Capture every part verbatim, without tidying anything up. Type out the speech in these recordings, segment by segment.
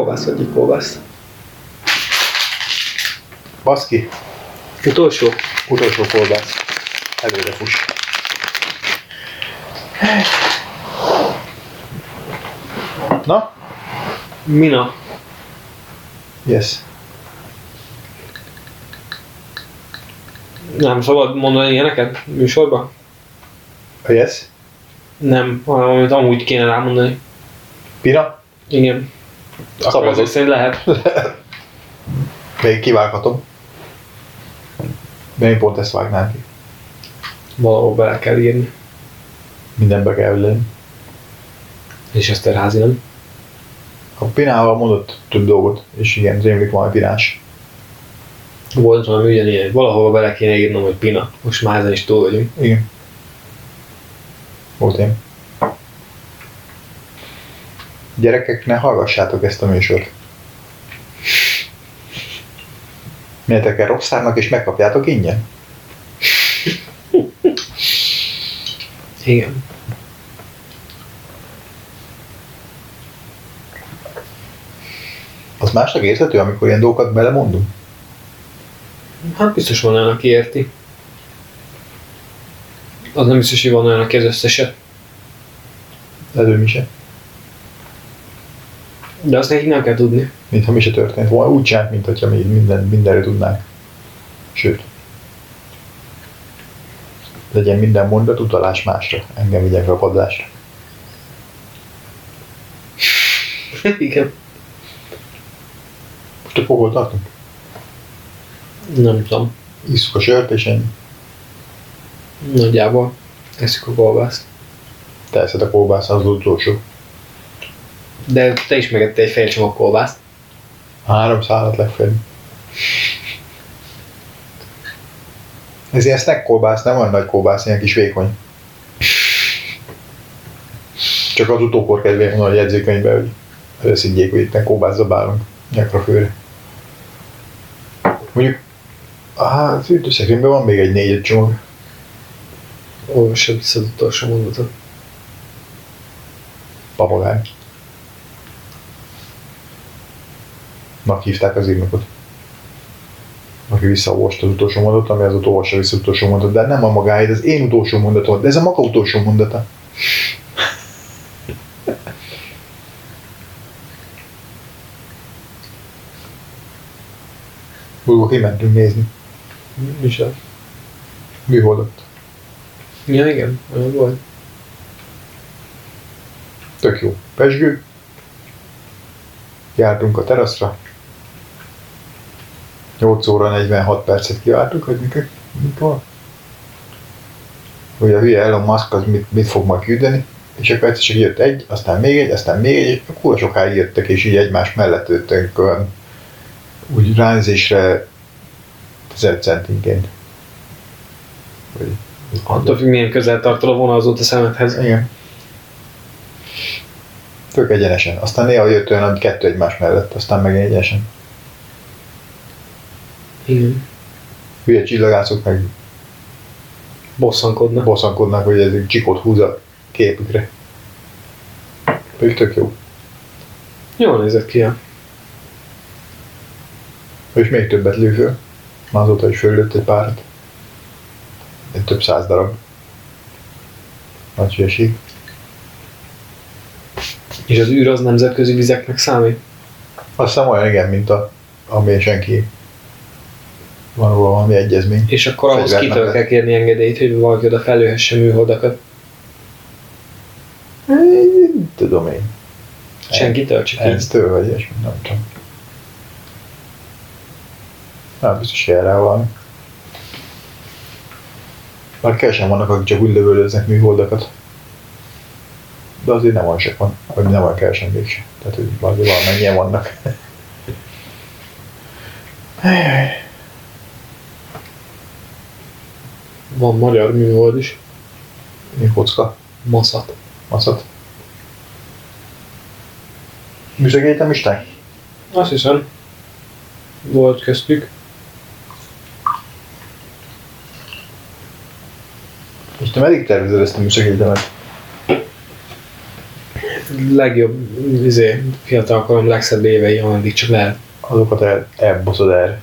kolbász vagy egy kolbászt. Baszki. Utolsó? Utolsó kolbász. Előre fuss. Na? Mina. Yes. Nem szabad mondani ilyeneket műsorban? A yes? Nem, hanem amit amúgy kéne rámondani. Pina? Igen. Akkor azért szerint lehet. Még kivághatom. De én pont ezt vágnám ki. Valahol bele kell írni. Mindenbe kell lenni. És ezt a házi nem? A Pinával mondott több dolgot, és igen, rémlik valami Pinás. Volt valami ugyanilyen, hogy valahol bele kéne írnom, hogy Pina. Most már ezen is túl vagyunk. Igen. Volt én. Gyerekek, ne hallgassátok ezt a műsort. Menjetek el Roxárnak és megkapjátok ingyen. Igen. Az másnak érthető, amikor ilyen dolgokat belemondunk? Hát biztos van olyan, aki érti. Az nem biztos, hogy van olyan, aki az összeset. Előbb mi se. De azt nekik nem kell tudni. Mintha mi se történt volna. Úgy csinált, mint hogyha mi minden, mindenre tudnánk. Sőt. Legyen minden mondat utalás másra. Engem vigyen fel a padlásra. Igen. Most akkor hol tartunk? Nem tudom. Isszuk a sört és ennyi. Nagyjából. Eszük a kolbászt. Te eszed a kolbász, az utolsó. De te is megettél egy fél csomag kolbászt. Három szálat legfeljebb. Ez ilyen snack kolbász, nem olyan nagy kolbász, ilyen kis vékony. Csak az utókor kedvéért van a jegyzőkönyvben, hogy összidjék, hogy itt kolbászabálunk nyakra főre. Mondjuk, hát fűtőszekrényben van még egy négy-öt csomag. Olvassad vissza az utolsó mondatot. Papagány. Nak hívták az írnokot. Aki visszaolvasta az utolsó mondatot, ami az olvassa vissza az utolsó mondatot, de nem a magáid, az én utolsó mondatom, de ez a maga utolsó mondata. Múlva kimentünk nézni. Mi se? Műholdat. Ja, igen, olyan volt. Tök jó. Pezsgő. Jártunk a teraszra. nyolc óra negyvenhat percet kivártuk, hogy mikor? mikor? Hogy a hülye Elon Musk az mit, mit fog majd küldeni, és akkor egyszer csak jött egy, aztán még egy, aztán még egy, és akkor sokáig jöttek, és így egymás mellett jöttek olyan úgy rányzésre tíz centinként. Attól függ, milyen közel tartol a vonalzót a szemedhez. Igen. Tök egyenesen. Aztán néha jött olyan, hogy kettő egymás mellett, aztán meg egyenesen. Igen. Hülye csillagászok meg Bosszankodnak. bosszankodnak, hogy ez egy csikot húz a képükre. Pedig tök jó. Jól nézett ki, ja. És még többet lő föl. Már azóta is föllőtt egy párat. Egy több száz darab. Nagy hülyeség. És az űr az nemzetközi vizeknek számít? Azt hiszem olyan igen, mint a, ami senki van róla valami egyezmény. És akkor ahhoz Fegyvernek kitől le. kell kérni engedélyt, hogy valaki oda felőhesse műholdakat? Nem tudom én. Senkitől, csak így. ENSZ-től vagy ilyesmi, nem tudom. Nem, biztos kell rá valami. Már kevesen vannak, akik csak úgy lövöldöznek műholdakat. De azért nem olyan sok van, vagy nem olyan kevesen mégsem. Tehát, hogy azért valamennyien vannak. Van magyar műhold is. Mi kocka? Maszat. Maszat. Műszegegyetemisták? Azt hiszem. Volt köztük. És te meddig tervezed ezt a műszegegyetemet? legjobb, izé, fiatalkorom legszebb évei, ameddig csak lehet. Azokat el, elboszod el.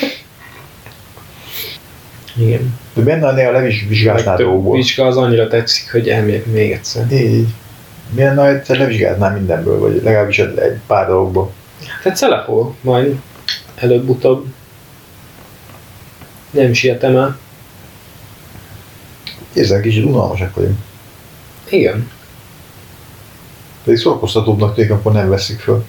Igen. De benne néha le is vizsgáltál dolgokból. Vizsga az annyira tetszik, hogy elmegyek még egyszer. Így. Milyen na egyszer levizsgáltnál mindenből, vagy legalábbis egy pár dolgokból. Hát egyszer le fogok, majd előbb-utóbb. Nem sietem el. Érzem, kicsit unalmasak vagyunk. Igen. Pedig szórakoztatóbbnak tűnik, akkor nem veszik föl.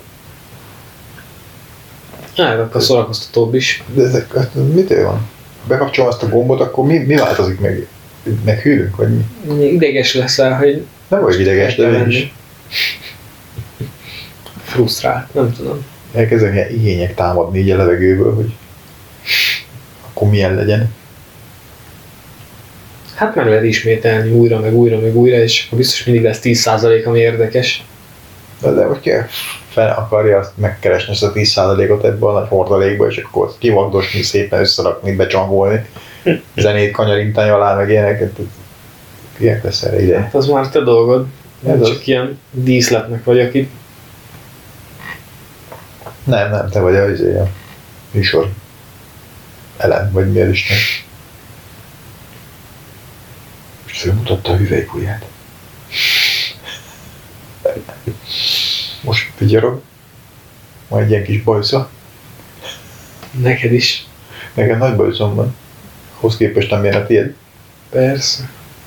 Hát, akkor szórakoztatóbb is. De ezek, mitől van? Bekapcsolom azt a gombot, akkor mi, mi változik meg? Meghűlünk, vagy mi? Ideges leszel, hogy Nem vagy ideges, de én is. Frusztrált, nem tudom. Elkezdem ilyen igények támadni így a levegőből, hogy akkor milyen legyen. Hát meg lehet ismételni újra, meg újra, meg újra, és akkor biztos mindig lesz tíz százalék, ami érdekes. De, de hogy kell fel akarja azt megkeresni ezt a tíz százalékot ebből a nagy hordalékba, és akkor azt kivagdosni, szépen összerakni, becsangolni, zenét kanyarintani alá, meg ilyeneket. Ilyenek lesz erre ide. Hát az már te dolgod. Ez Ez az. csak ilyen díszletnek vagy, aki Nem, nem, te vagy a, izé, a műsor elem, vagy mi az Isten. Most fölmutatta a hüvelykujját. Most figyelog. Van egy ilyen kis bajsza. neked is. Nekem nagy bajszom van. Hoz képest nem ilyen a tiéd. Persze.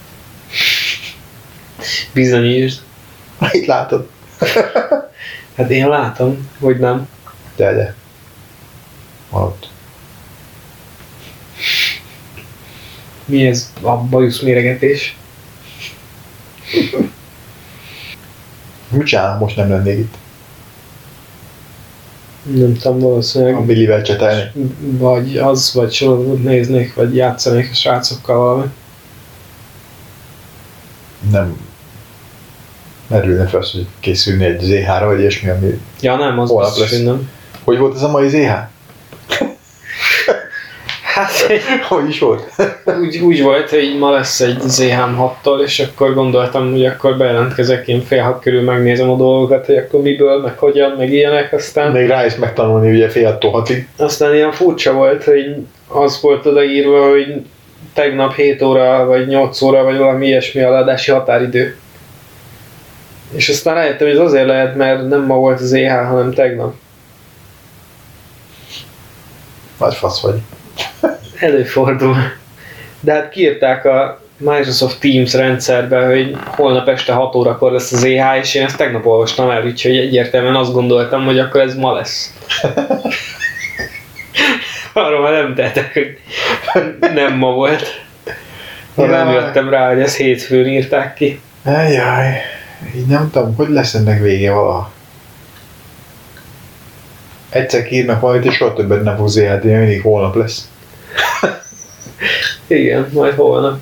Bizonyítsd. Itt látod. Hát én látom, hogy nem. De, de. Van ott. Mi ez a bajusz méregetés? Mit csinálom, most nem lennék itt? Nem tudom, valószínűleg. A Billyvel csetelni. Vagy az, vagy sorozatot néznék, vagy játszanék a srácokkal valami. Nem merülne fel, hogy készülni egy zé há-ra, vagy ilyesmi, ami... Ja nem, az Holnap biztos, lesz. hogy nem. Hogy volt ez a mai zé há? Hát Hogy is volt? úgy, úgy volt, hogy ma lesz egy zé há hattól, és akkor gondoltam, hogy akkor bejelentkezek, én fél hat körül megnézem a dolgokat, hogy akkor miből, meg hogyan, meg ilyenek, aztán... Még rá is megtanulni ugye fél attól hatig. Aztán ilyen furcsa volt, hogy az volt odaírva, hogy tegnap hét óra, vagy nyolc óra, vagy valami ilyesmi a leadási határidő. És aztán rájöttem, hogy ez azért lehet, mert nem ma volt az zé há, hanem tegnap. Nagy fasz vagy. Előfordul. De hát kiírták a Microsoft Teams rendszerbe, hogy holnap este hat órakor lesz az zé há, és én ezt tegnap olvastam el, úgyhogy egyértelműen azt gondoltam, hogy akkor ez ma lesz. Arra már nem tettek, hogy nem ma volt. Ha nem jöttem rá, hogy ezt hétfőn írták ki. Ejjaj, így nem tudom, hogy lesz ennek vége valaha. Egyszer kiírnak valamit, és soha többet nem fog zé há-t írni, mindig holnap lesz. Igen, majd holnap.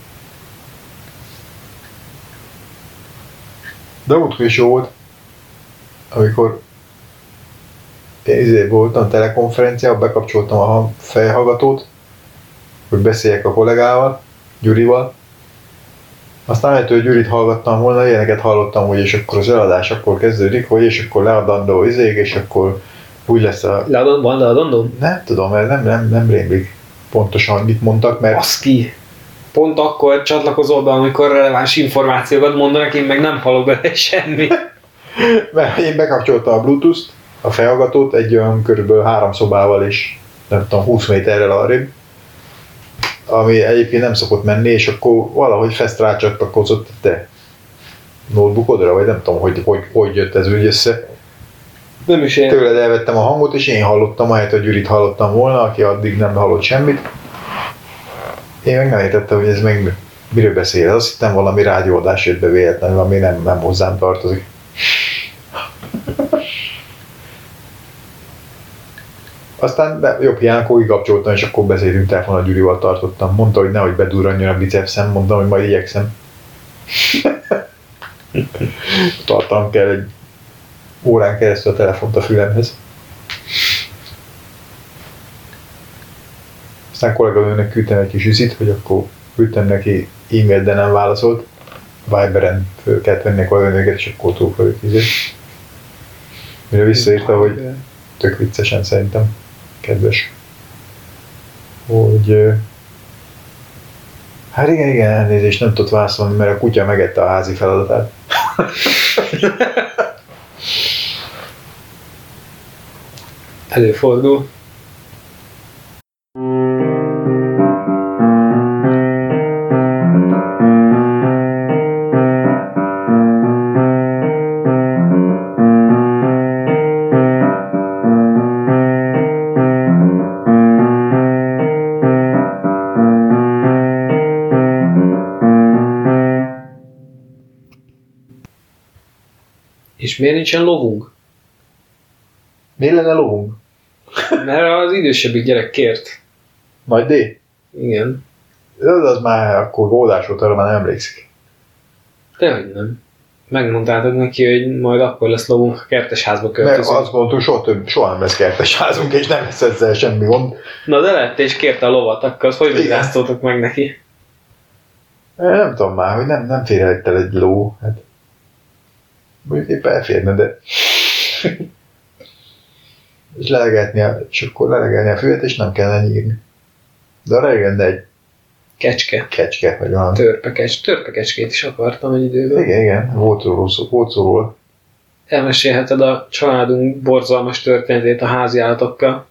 De múltkor is jó volt, amikor én izé voltam telekonferenciában, bekapcsoltam a hang- fejhallgatót, hogy beszéljek a kollégával, Gyurival. Aztán lehet, hogy Gyurit hallgattam volna, ilyeneket hallottam, hogy és akkor az eladás akkor kezdődik, hogy és akkor leadandó izék, és akkor úgy lesz a... Leadon, van leadandó? Nem tudom, mert nem, nem, nem rémlik pontosan, hogy mit mondtak, mert Baszki! Pont akkor csatlakozol be, amikor releváns információkat mondanak, én meg nem hallok bele semmi. Mert én bekapcsoltam a Bluetooth-t, a fejhallgatót egy olyan körülbelül három szobával és nem tudom, húsz méterrel arrébb, ami egyébként nem szokott menni, és akkor valahogy fest rácsatlakozott te notebookodra, vagy nem tudom, hogy, hogy, hogy jött ez úgy össze. Nem is én. Tőled elvettem a hangot, és én hallottam, ahelyett, hogy Gyurit hallottam volna, aki addig nem hallott semmit. Én meg nem értettem, hogy ez meg miről beszél. Azt hittem valami rádióadás jött be véletlenül, ami nem, nem hozzám tartozik. Aztán de jobb hiánykor kikapcsoltam, és akkor beszéltünk telefonon, a Gyurival tartottam. Mondta, hogy nehogy bedurranjon a bicepszem, mondtam, hogy majd igyekszem. Tartanom kell egy órán keresztül a telefont a fülemhez. Aztán kolléganőnek küldtem egy kis üzit, hogy akkor küldtem neki e-mailt, de nem válaszolt. Viberen föl kellett venni a őket, és akkor túl föl izé. Mire visszaírta, hogy tök viccesen szerintem, kedves, hogy hát igen, igen, elnézést nem tudott válaszolni, mert a kutya megette a házi feladatát. Előfordul. És miért nincsen lovunk? Miért lenne lovunk? Mert az idősebbik gyerek kért. Nagy D? Igen. Az, az már akkor gódás volt, arra már nem emlékszik. Dehogy nem. Megmondtátok neki, hogy majd akkor lesz lovunk, a kertesházba költözünk. Mert azt mondtuk, soha, több, soha nem lesz kertesházunk, és nem lesz ezzel semmi gond. Na de lett és kérte a lovat, akkor azt hogy magyaráztatok meg neki? Nem tudom már, hogy nem, nem férhet el egy ló. Hát, mondjuk épp elférne, de... és lelegetni a, és akkor lelegelni a füvet, és nem kellene nyírni. De arra lenne egy Kecske. Kecske, vagy valami. Törpekecske. Törpekecskét is akartam egy időben. Igen, igen, volt szóról. Volt szóról. Elmesélheted a családunk borzalmas történetét a háziállatokkal.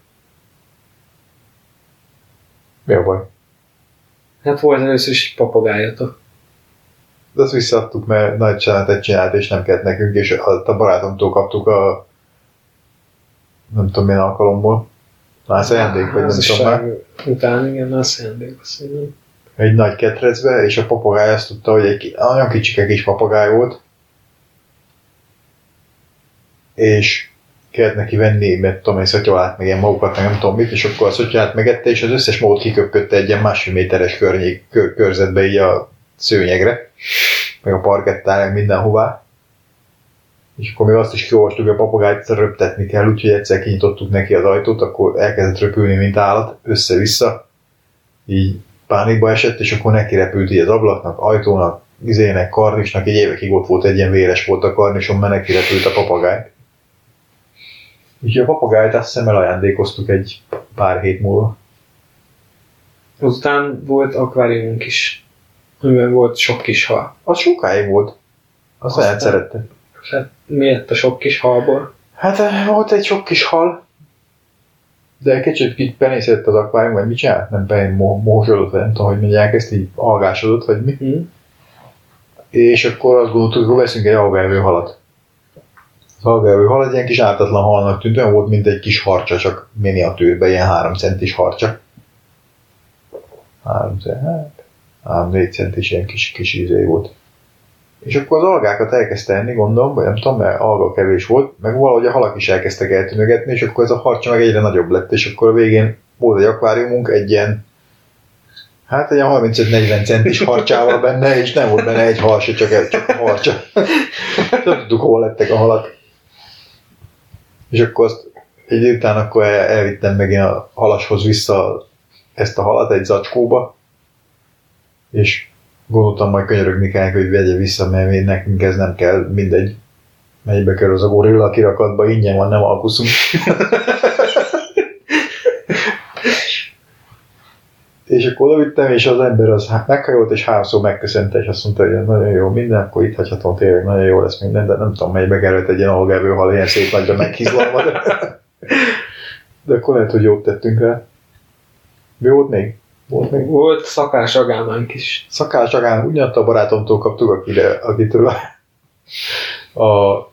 Mi a baj? Hát volt először is egy papagájatok. De azt visszaadtuk, mert nagy családot csinált, és nem kellett nekünk, és a barátomtól kaptuk a nem tudom milyen alkalomból. Már ajándék, vagy nem tudom már. Után igen, már ajándék, azt mondom. Egy nagy ketrecbe, és a papagáj azt tudta, hogy egy nagyon kicsike kis papagáj volt, és kellett neki venni, mert tudom, egy szatyolát, meg ilyen magukat, meg nem tudom mit, és akkor a szatyolát megette, és az összes magot kiköpködte egy ilyen másfél méteres környék, kör, körzetbe így a szőnyegre, meg a parkettára, meg mindenhová. És akkor mi azt is kiolvastuk, hogy a papagájt röptetni kell, úgyhogy egyszer kinyitottuk neki az ajtót, akkor elkezdett röpülni, mint állat, össze-vissza, így pánikba esett, és akkor neki repült így az ablaknak, ajtónak, izének, karnisnak, egy évekig ott volt egy ilyen véres volt a karnison, mert neki repült a papagáj. Úgyhogy a papagájt azt hiszem elajándékoztuk egy pár hét múlva. Azután volt akváriumunk is, amiben volt sok kis hal. Az sokáig volt. Azt nagyon szerette. Hát miért a sok kis halból? Hát volt egy sok kis hal, de kicsit így penészett az akvárium, vagy mit csinált? Nem penén mózsodott, vagy nem tudom, hogy mondják, ezt így algásodott, vagy mi. Mm. És akkor azt gondoltuk, hogy veszünk egy algaevő halat. Az algaevő hal egy ilyen kis ártatlan halnak tűnt, olyan volt, mint egy kis harcsa, csak miniatűrben, ilyen három centis harcsa. Három centis, hát, három-négy centis ilyen kis, kis ízé volt. És akkor az algákat elkezdte enni, gondolom, vagy nem tudom, mert alga kevés volt, meg valahogy a halak is elkezdtek eltűnögetni, és akkor ez a harcsa meg egyre nagyobb lett, és akkor a végén volt egy akváriumunk, egy ilyen, hát egy ilyen harmincöt-negyven centis harcsával benne, és nem volt benne egy hal se, csak egy csak a harcsa. Nem tudtuk, hol lettek a halak. És akkor azt egy idő után akkor el, elvittem meg én a halashoz vissza ezt a halat egy zacskóba, és gondoltam, majd könyörögni kell, hogy vegye vissza, mert nekünk ez nem kell, mindegy. Melybe kerül az a gorilla kirakatba, ingyen van, nem alkuszunk. És akkor oda vittem, és az ember az meghajolt, és háromszor megköszönte, és azt mondta, hogy nagyon jó minden, akkor itt hagyhatom, tényleg nagyon jó lesz minden, de nem tudom, melybe került egy ilyen algevő hal, ilyen szép nagyra meghizlalva. De... de akkor lehet, hogy jót tettünk rá. Mi volt még? Volt, még? Volt szakás agámánk is. Szakás agám, ugyanatt a barátomtól kaptuk, akire, akitől a, a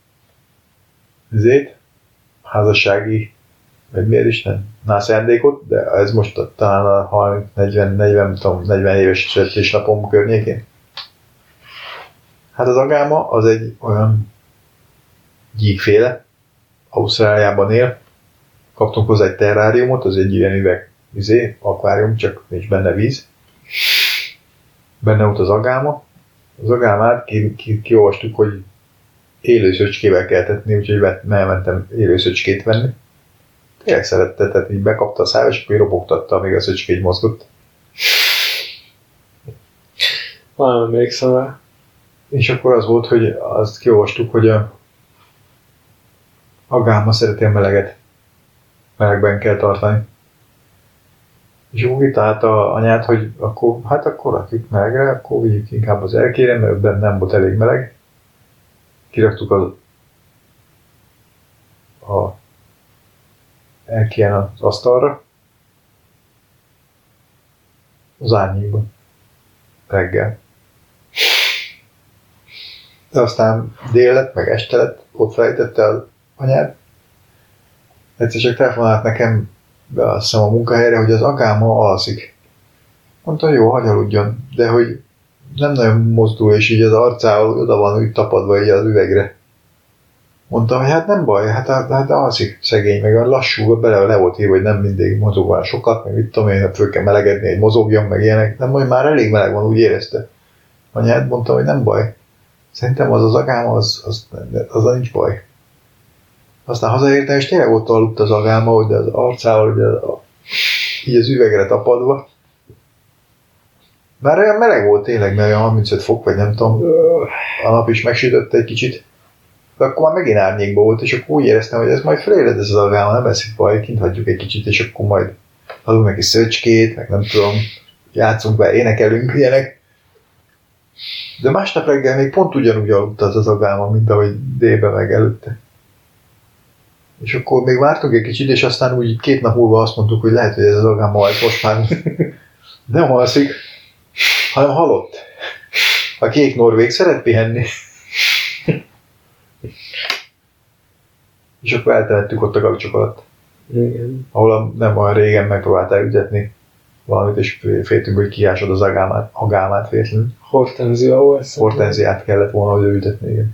zét, házassági, vagy miért is nem, nász ajándékot, de ez most talán a harminc, negyven, negyven, tudom, negyven éves születésnapom környékén. Hát az agáma az egy olyan gyíkféle, Ausztráliában él, kaptunk hozzá egy terráriumot, az egy ilyen üveg vizé, akvárium, csak nincs benne víz. Benne volt az agáma. Az agámát ki, ki, kiolvastuk, hogy élő szöcskével kell tetni, úgyhogy elmentem élő szöcskét venni. Tényleg szerette, tehát így bekapta a száv, és akkor robogtatta, amíg a szöcskégy mozgott. Valami emlékszem rá. És akkor az volt, hogy azt kiolvastuk, hogy a, a gáma szereti a meleget. Melegben kell tartani. És úgy kitalálta anyát, hogy akkor, hát akkor rakjuk melegre, akkor vigyük inkább az erkére, mert ebben nem volt elég meleg. Kiraktuk az a erkélyen az asztalra, az árnyékban, reggel. De aztán dél lett, meg este lett, ott felejtette az anyád. Egyszer csak telefonált nekem, be azt hiszem a munkahelyre, hogy az agáma alszik. Mondta, jó, hagy aludjon, de hogy nem nagyon mozdul, és így az arcával oda van úgy tapadva így az üvegre. Mondtam, hogy hát nem baj, hát, hát, hát alszik szegény, meg a lassú, bele le volt írva, hogy nem mindig mozog olyan sokat, meg mit tudom én, föl kell melegedni, hogy mozogjon, meg ilyenek. Nem, hogy már elég meleg van, úgy érezte. Anyád mondta, hogy nem baj. Szerintem az az agáma, az, az, az, az nincs baj. Aztán hazaértem, és tényleg ott aludt az agáma, hogy az arcával, hogy az, a, így az üvegre tapadva. Már olyan meleg volt tényleg, mert olyan harmincöt fok, vagy nem tudom, a nap is megsütötte egy kicsit. De akkor már megint árnyékban volt, és akkor úgy éreztem, hogy ez majd feléled ez az agáma, nem eszik baj, kint hagyjuk egy kicsit, és akkor majd adunk neki szöcskét, meg nem tudom, játszunk be, énekelünk, ilyenek. De másnap reggel még pont ugyanúgy aludt az az agáma, mint ahogy délben meg előtte. És akkor még vártunk egy kicsit, és aztán úgy két nap múlva azt mondtuk, hogy lehet, hogy ez az agáma majd most már nem alszik, hanem halott. A kék norvég szeret pihenni. És akkor eltemettük ott a gabcsok alatt. Igen. Ahol a, nem olyan régen megpróbáltál ütetni valamit, és féltünk, hogy kiásod az agámát, agámát véletlenül. Hortenzia volt. Hortenziát kellett volna, hogy ütetni, igen.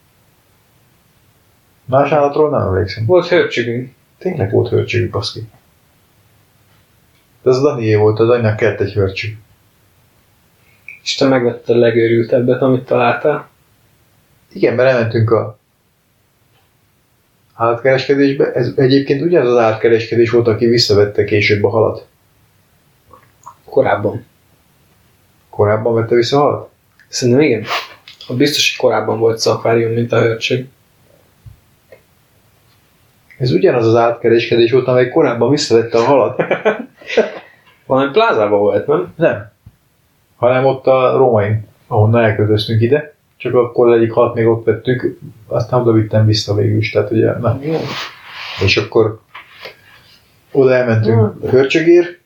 Más állatról nem emlékszem. Volt hörcsögünk. Tényleg volt hörcsögük, baszki. De az a Danié volt, az anynak kellett egy hörcsög. És te megvetted a legőrültebbet, amit találtál? Igen, mert elmentünk a állatkereskedésbe. Ez egyébként ugyanaz az állatkereskedés volt, aki visszavette később a halat. Korábban. Korábban vette vissza a halat? Szerintem igen. Biztos, hogy korábban volt szakvárium, mint a hörcsög. Ez ugyanaz az állatkereskedés volt, amely korábban visszavette a halat. Valami plázában volt, nem? Nem. Hanem ott a Rómain, ahonnan elköltöztünk ide. Csak akkor egyik halat még ott vettük, aztán oda vittem vissza végül is. Tehát ugye, na. És akkor oda elmentünk hmm. hörcsögér.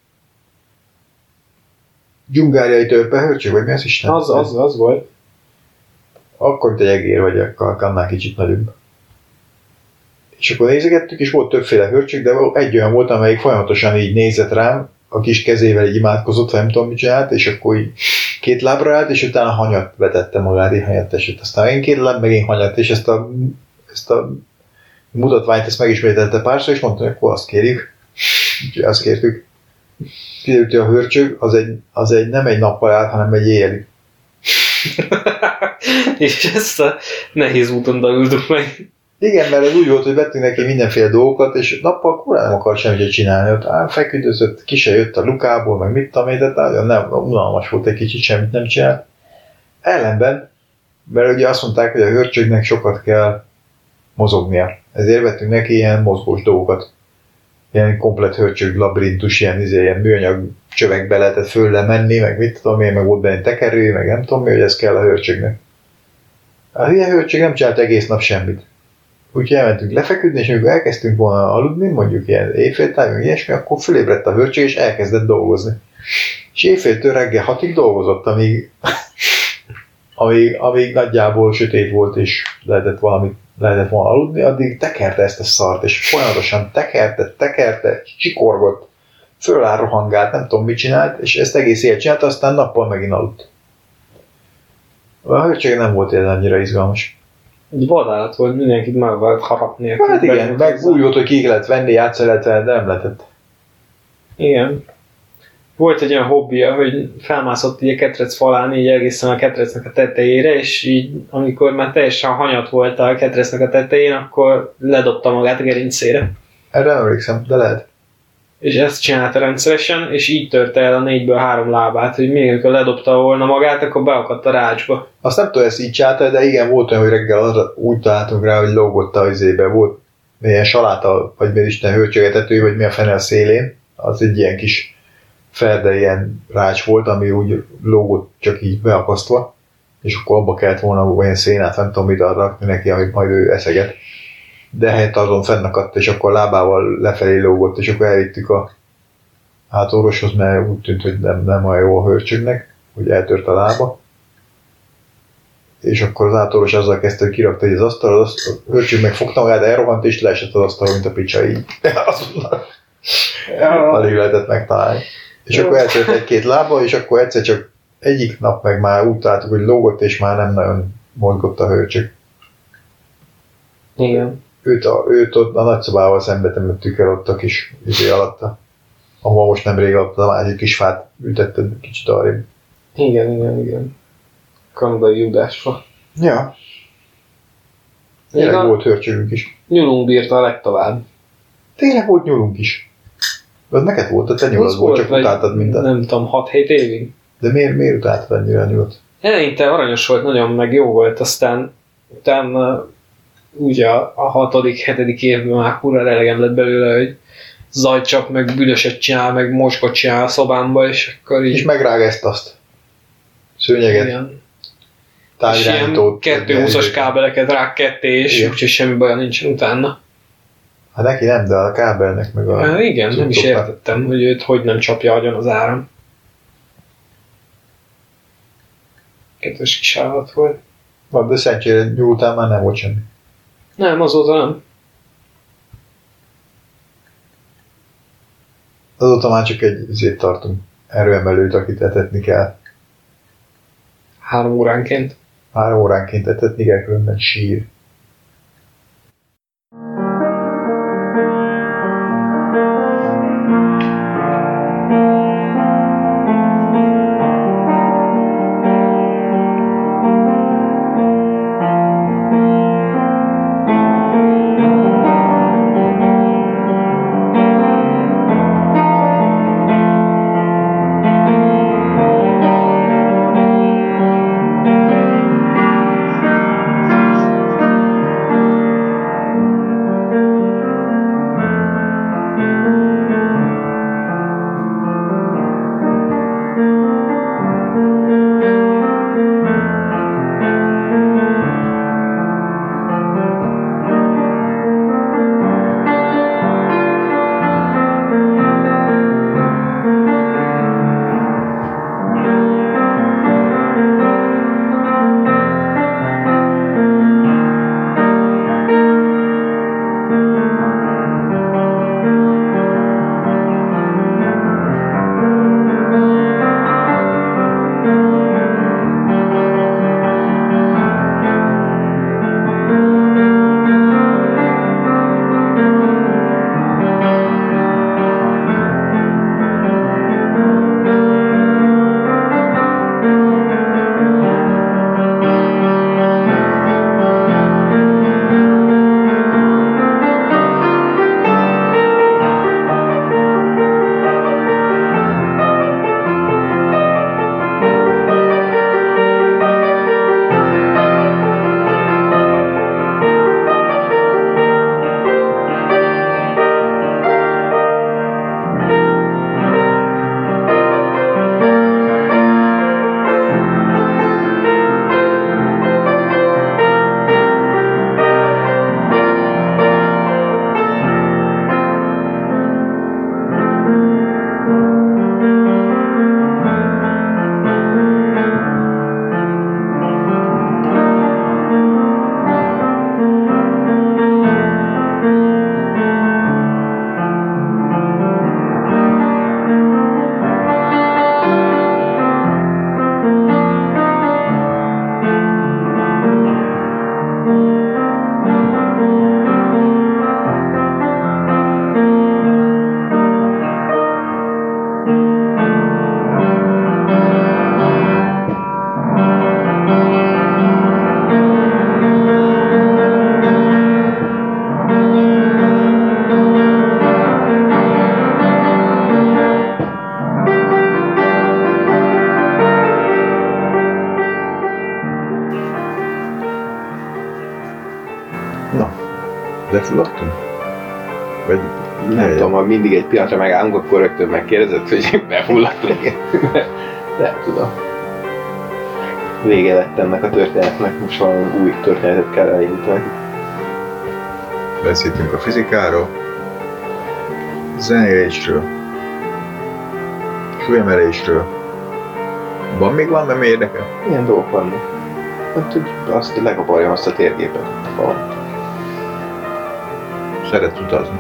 Dzsungáriai törpe hörcsög, vagy mi az Isten? Az, az, az volt. Akkor egy egér vagy, akkor annál kicsit nagyobb. És akkor nézegettük, és volt többféle hörcsög, de egy olyan volt, amelyik folyamatosan így nézett rám, a kis kezével így imádkozott, vagy nem tudom mit csinált, és akkor így két lábra állt, és utána hanyat vetette magát, így hanyat esett. Aztán én két láb, meg én hanyat, és ezt a, ezt a mutatványt ezt megismételte párszor, és mondta, hogy akkor azt kérjük. Úgyhogy azt kértük. Kiderült, hogy a hörcsög az egy, az egy nem egy nappal állt, hanem egy éjjeli. És ezt a nehéz úton dalultuk meg. Igen, mert ez úgy volt, hogy vettünk neki mindenféle dolgokat, és nappal kurán nem akar semmit csinálni. Ott áll, feküdözött, ki se jött a lukából, meg mit tudom én, de nagyon nem, unalmas volt egy kicsit, semmit nem csinált. Ellenben, mert ugye azt mondták, hogy a hörcsögnek sokat kell mozognia. Ezért vettünk neki ilyen mozgós dolgokat. Ilyen komplet hörcsög labirintus, ilyen, ilyen műanyag csövekbe lehetett föl menni, meg mit tudom én, meg volt benne tekerő, meg nem tudom mi, hogy ez kell a hörcsögnek. A hülye hörcsög nem csinált egész nap semmit. Úgyhogy elmentünk lefeküdni, és amikor elkezdtünk volna aludni, mondjuk ilyen éjféltáj, meg ilyesmi, akkor fölébredt a hörcsög, és elkezdett dolgozni. És éjféltől reggel hatig dolgozott, amíg, amíg, amíg nagyjából sötét volt, és lehetett valamit lehetett volna aludni, addig tekerte ezt a szart, és folyamatosan tekerte, tekerte, csikorgott, föláll rohangált, nem tudom mit csinált, és ezt egész éjjel csinált, aztán nappal megint aludt. A hörcsög nem volt ilyen annyira izgalmas. Egy vadállat volt, mindenkit meg volt harapni. Hát igen, meg úgy volt, hogy ki lehet venni, játszani lehet venni, de nem lehetett. Igen. Volt egy olyan hobbija, hogy felmászott így a ketrec falán, így egészen a ketrecnek a tetejére, és így amikor már teljesen hanyat volt a ketrecnek a tetején, akkor ledobta magát a gerincére. Erre nem emlékszem, de lehet. És ezt csinálta rendszeresen, és így törte el a négyből három lábát, hogy még amikor ledobta volna magát, akkor beakadt a rácsba. Azt nem tudom, ezt így csinálta, de igen, volt olyan, hogy reggel arra úgy találtunk rá, hogy lógott a izébe. Volt ilyen saláta, vagy mi Isten hőcsögetető, vagy mi a fene a szélén. Az egy ilyen kis ferde ilyen rács volt, ami úgy lógott csak így beakasztva, és akkor abba kellett volna olyan szénát, nem tudom mit arra rakni neki, amit majd ő eszeget. De helyett azon fennakadt, és akkor lábával lefelé lógott, és akkor elvittük a átorvoshoz, mert úgy tűnt, hogy nem, nem olyan jó a hörcsögnek, hogy eltört a lába. És akkor az átorvos azzal kezdte, hogy kirakta egy az asztalra, az a hörcsög meg fogta magát, elrohant, és leesett az asztalra, mint a picsa így. Azonnal alig lehetett megtalálni. És akkor eltört egy-két lába, és akkor egyszer csak egyik nap meg már úgy találtuk, hogy lógott, és már nem nagyon mozgott a hörcsög. Igen. Őt a, őt ott a nagyszobával szembe temettük el ott a kis izé alatta. Ahol most nemrég alatt a másik kis fát ütetted kicsit arrébb. Igen, igen, igen. Kanadai Judásfa. Ja. Tényleg volt hörcsögünk is. Nyulunk bírta a legtovább. Tényleg volt nyulunk is. Az neked volt, a te nyulad volt, csak utáltad mindent. Nem tudom, hat-hét évig. De miért, miért utáltad annyira a nyulat? Eleinte aranyos volt, nagyon meg jó volt, aztán utána ugye a, a hatodik, hetedik évben már kurva elegem lett belőle, hogy zajcsap, meg büdöset csinál, meg mocskot csinál a szobámba, és akkor így... És megrág ezt azt. Szőnyeget. Igen. Távirányítót. És ilyen kettőhúszas kábeleket rá ketté, és úgyhogy semmi baja nincsen utána. Hát neki nem, de a kábelnek meg a... Ja, igen, nem is értettem, hogy őt hogy nem csapja agyon az áram. Kedves kis állat volt. Van, de szerencsére nyúltál már nem volt semmi. Nem, azóta nem. Azóta már csak egy izét tartunk. Erőemelőt, akit etetni kell. Három óránként. Három óránként etetni kell, különben sír. Lefulladtunk? Vagy... Nem tudom, ha mindig egy pillanatra megállunk, akkor rögtön megkérdezett, hogy befulladtunk. Nem tudom. Vége lett ennek a történetnek, most valami új történetet kell elindítani. Beszéltünk a fizikáról, zenélésről, súlyemelésről. Van még valami, ami érdekel? Ilyen dolgok vannak. Hát, hogy azt lekaparjam azt a térgépet. Van. Szeretsz utazni.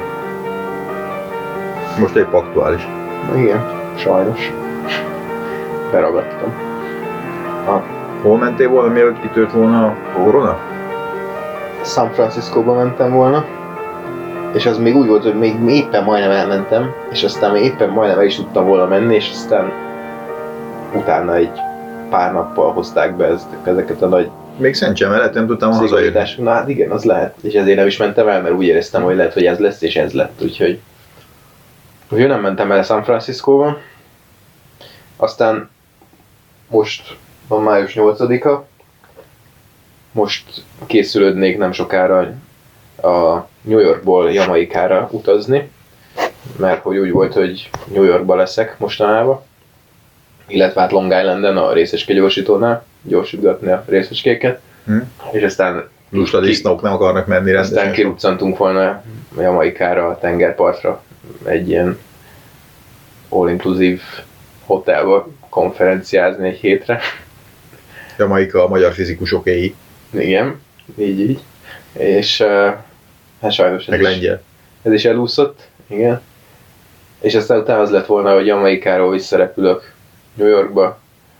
Most épp aktuális. Na igen, sajnos. Beragadtam. A Hol mentél volna, mielőtt kitört volna a korona? San Franciscóba mentem volna, és az még úgy volt, hogy még éppen majdnem elmentem, és aztán még éppen majdnem el is tudtam volna menni, és aztán utána egy pár nappal hozták be ezt, ezeket a nagy Még Szent Cseme előtt nem tudtam hazajönni. szigorítás. Na hát igen, az lehet. És ezért nem is mentem el, mert úgy éreztem, hogy lehet, hogy ez lesz, és ez lett. Úgyhogy, úgyhogy nem mentem el San Franciscóba. Aztán most van május nyolcadika. Most készülődnék nem sokára a New Yorkból Jamaikára utazni. Mert hogy úgy volt, hogy New Yorkba leszek mostanában. Illetve hát Long Islanden a részecske gyorsítónál gyorsítgatni a részecskéket. Hm. És aztán Lusta disznók nem akarnak menni rendesen. aztán kiruccantunk volna Jamaikára, a tengerpartra egy ilyen all-inclusive hotelba konferenciázni egy hétre. Jamaika a magyar fizikusokéi. Igen, így így. És uh, hát sajnos ez Meg is, lengyel. ez is elúszott, igen. És aztán utána az lett volna, hogy Jamaikáról visszarepülök New Yorkba.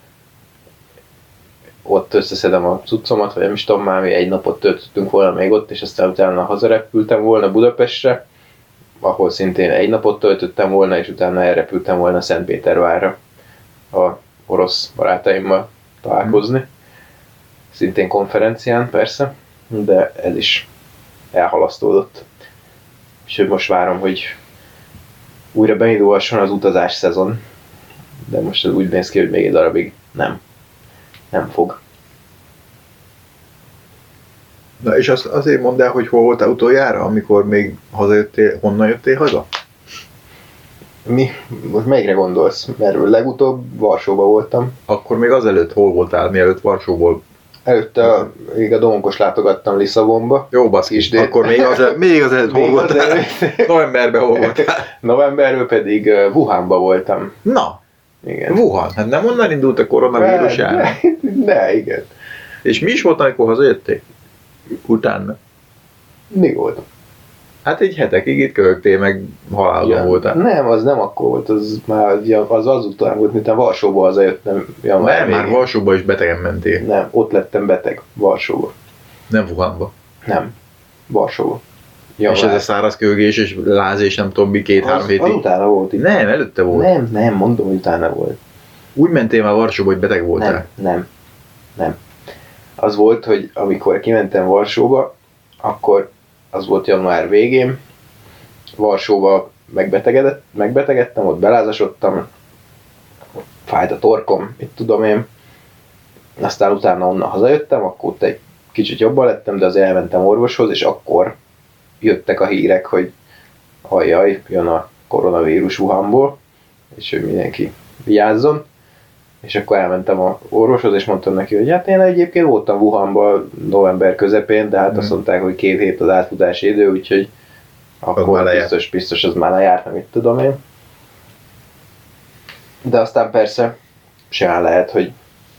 Ott összeszedem a cuccomat, vagy nem is tudom már, mi egy napot töltöttünk volna még ott, és aztán utána hazarepültem volna Budapestre, ahol szintén egy napot töltöttem volna, és utána elrepültem volna Szentpétervárra a orosz barátaimmal találkozni. Szintén konferencián persze, de ez is elhalasztódott. Úgyhogy most várom, hogy újra beindulhasson az utazás szezon, de most ez úgy néz ki, hogy még egy darabig nem. Nem fog. Na és azt azért mondd el, hogy hol voltál utoljára, amikor még hazajöttél, honnan jöttél haza? Mi? Most melyikre gondolsz? Mert legutóbb Varsóba voltam. Akkor még azelőtt hol voltál, mielőtt Varsóból? Előtte a, még a Domonkos látogattam Lisszabonba. Jó baszki, Kisdé- akkor még azelőtt, még azelőtt hol Még voltál? azelőtt. Novemberben hol voltál? Novemberről pedig uh, Wuhanba voltam. Na, Igen. Wuhan, hát nem onnan indult a koronavírus de, járvány. de, de, igen. És mi is volt, amikor hazajöttél? Utána? Mi volt? Hát egy hetekig itt köhögtél, meg halálban Ja, voltál. nem, az nem akkor volt, az már az azután volt, miután Varsóba hazajöttem. Ja, Nem, már végén. Varsóba is betegen mentél. Nem, ott lettem beteg Varsóba. Nem Wuhanba. Nem, Varsóba. És ez Január. a száraz köhögés és láz és nem tudom mi, két-három az, az hétig. utána volt itt. Nem, előtte volt. Nem, nem, mondom, hogy utána volt. Úgy mentél már Varsóba, hogy beteg voltál. Nem, nem, nem. Az volt, hogy amikor kimentem Varsóba, akkor az volt január végén, Varsóba megbetegedett, megbetegedtem, ott belázasodtam, fájt a torkom, mit tudom én. Aztán utána onnan hazajöttem, akkor ott egy kicsit jobban lettem, de azért elmentem orvoshoz, és akkor jöttek a hírek, hogy ajjaj, jön a koronavírus Wuhanból, és hogy mindenki vigyázzon. És akkor elmentem a orvoshoz, és mondtam neki, hogy hát én egyébként voltam Wuhanban november közepén, de hát Mm. azt mondták, hogy két hét az átfutási idő, úgyhogy már akkor lejárt. biztos, biztos az már lejárt, nem mit tudom én. De aztán persze simán lehet, hogy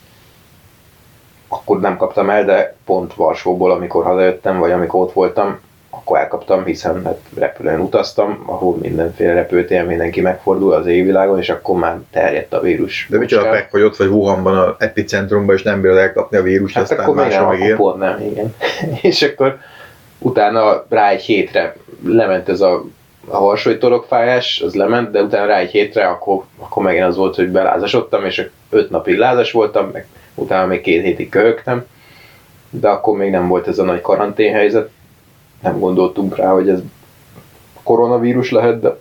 akkor nem kaptam el, de pont Varsóból, amikor hazajöttem, vagy amikor ott voltam, akkor elkaptam, hiszen hát repülőn utaztam, ahol mindenféle repülőtéren mindenki megfordul az égvilágon, és akkor már terjedt a vírus. De micsoda meg, hogy ott vagy Wuhanban, az epicentrumban, és nem bírod elkapni a vírust, Hát aztán akkor még nem, máshol akkor megél. pont nem, igen. És akkor utána rá egy hétre lement ez a, a harsói torokfájás, az lement, de utána rá egy hétre, akkor, akkor megint az volt, hogy belázasodtam, és öt napig lázas voltam, meg utána még két hétig köhögtem, de akkor még nem volt ez a nagy karanténhelyzet. Nem gondoltunk rá, hogy ez koronavírus lehet, de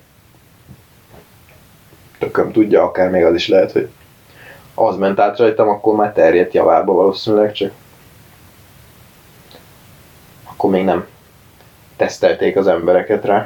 tököm tudja, akár még az is lehet, hogy az ment át rajtam, akkor már terjedt javába valószínűleg, csak akkor még nem tesztelték az embereket rá.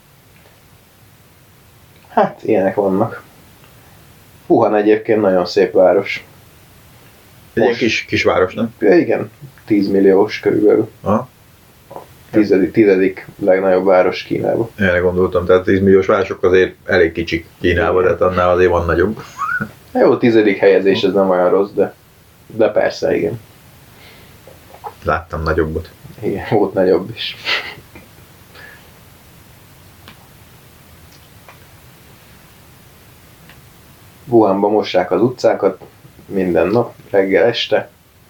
Hát, ilyenek vannak. Wuhan egyébként nagyon szép város. Egy ilyen kis, kisváros, nem? Ja, igen, tíz milliós körülbelül. Aha. Tizedik, tizedik legnagyobb város Kínában. Erre gondoltam, tehát tíz milliós városok azért elég kicsik Kínában, tehát annál azért van nagyobb. Jó, tizedik helyezés, ez nem olyan rossz, de, de persze, igen. Láttam nagyobbot. Igen, volt nagyobb is. Wuhanban mossák az utcákat minden nap, reggel, este.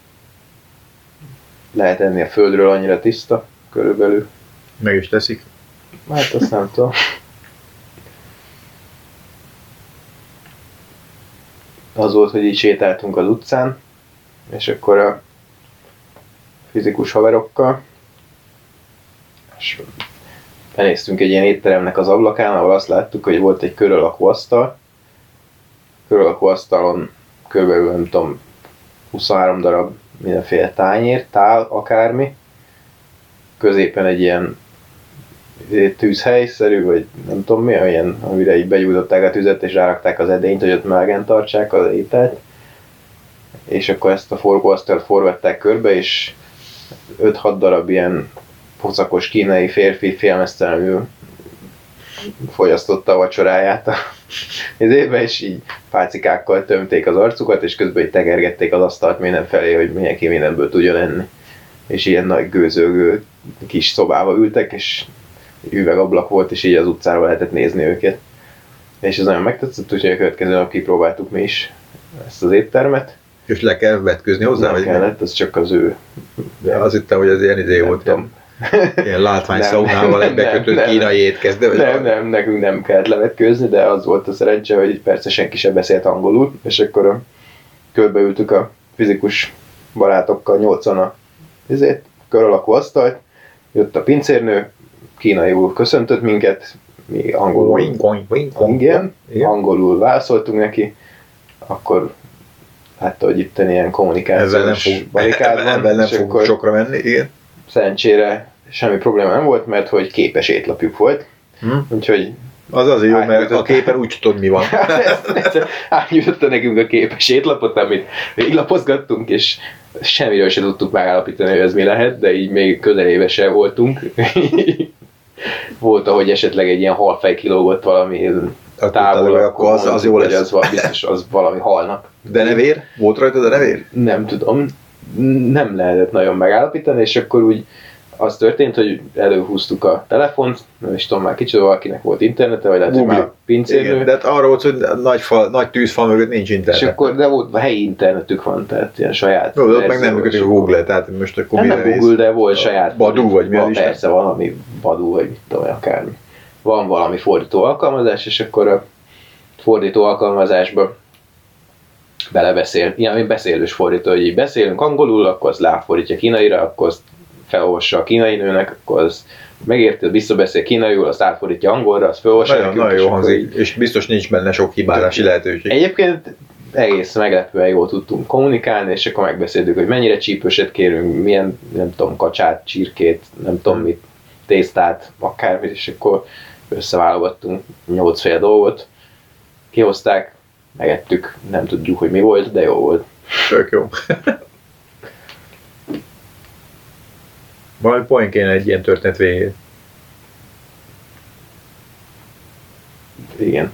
Lehet enni a földről, annyira tiszta, körülbelül. Meg is teszik. Hát azt nem tudom. Az volt, hogy így sétáltunk az utcán, és akkor a fizikus haverokkal, és benéztünk egy ilyen étteremnek az ablakán, ahol azt láttuk, hogy volt egy kör alakú asztal. Kör alakú asztalon körülbelül, nem tudom, huszonhárom darab mindenféle tányér, tál, akármi. Középen egy ilyen tűzhelyszerű, vagy nem tudom mi, olyan, amire így begyújtották a tüzet, és rárakták az edényt, hogy ott melegen tartsák az ételt. És akkor ezt a forgóasztalt forvetták körbe, és öt-hat darab ilyen pocakos kínai férfi félmeztelenül fogyasztotta a vacsoráját a izébe, és így pálcikákkal tömték az arcukat, és közben így tekergették az asztalt mindenfelé, hogy mindenki mindenből tudjon enni. És ilyen nagy gőzölgő kis szobába ültek, és üvegablak volt, és így az utcáról lehetett nézni őket. És ez nagyon megtetszett, úgyhogy a következő nap kipróbáltuk mi is ezt az éttermet. És le kell vetközni hozzá? Nem vagy kellett, az csak az ő... De azt hittem, hogy az ilyen izé Nem volt, tudom. ilyen, ilyen látványszaunával egy bekötött nem, kínai étkezde. Vagy Nem, nem, nekünk nem kellett levetkőzni, de az volt a szerencse, hogy persze senki sem beszélt angolul, és akkor a, körbeültük a fizikus barátokkal nyolcan a izét, kör alakú asztalt, jött a pincérnő, kínaiul köszöntött minket, mi angolul, Oink, oink, oink, oink. igen, Igen. angolul válaszoltunk neki, akkor látta, hogy itt ilyen Ezzel nem kommunikációs fog, barikád van, ebben nem és fog akkor sokra menni, igen. szerencsére semmi probléma nem volt, mert hogy képes étlapjuk volt, Hm. úgyhogy Az azért jó, mert a Átnyújtott. képen úgy tudod mi van. átnyújtotta nekünk a képes étlapot, amit végiglapozgattunk, és semmiről se tudtuk megállapítani, hogy ez mi lehet, de így még közelébe se voltunk. Volt, ahogy esetleg egy ilyen halfej kilógott valami távol, akkor az, az jó hogy lesz. az, val- biztos az valami halnak. De nevér? Volt rajtad a nevér? Nem tudom, nem lehetett nagyon megállapítani, és akkor úgy az történt, hogy előhúztuk a telefont, nem is tudom már kicsoda, valakinek volt internete, vagy lehet, hogy Google. már a pincérnő. Igen, de hát arra volt, hogy nagy, fal, nagy tűzfal mögött nincs És internet. akkor, de volt, a helyi internetük van, tehát ilyen saját. Jó, de ott meg nem verzió, működik és a Google, tehát most akkor Nem, mire nem néz? Google, de volt A saját. Badu, vagy mi az van, Isten? persze, valami Badu, vagy mit tudom, akármi. Van valami fordító alkalmazás, és akkor a fordító alkalmazásba belebeszél, ilyen beszélős fordító, hogy így beszélünk angolul, akkor az ráfordítja kínaira, akkor azt felolvassa a kínai nőnek, akkor az megérti, visszabeszél kínaiul, azt átfordítja angolra, azt felolvassa Nagyon, nekünk, nagyon és jó akkor hangzik, így- és biztos nincs benne sok hibálási lehetőség. Egyébként egész meglepően jól tudtunk kommunikálni, és akkor megbeszéltük, hogy mennyire csípőset kérünk, milyen, nem tudom, kacsát, csirkét, nem tudom mit, tésztát, akármit, és akkor összeválogattunk nyolcféle dolgot, kihozták, megettük, nem tudjuk, hogy mi volt, de jó volt. Tök jó. Valami poén kéne egy ilyen történet végén. Igen.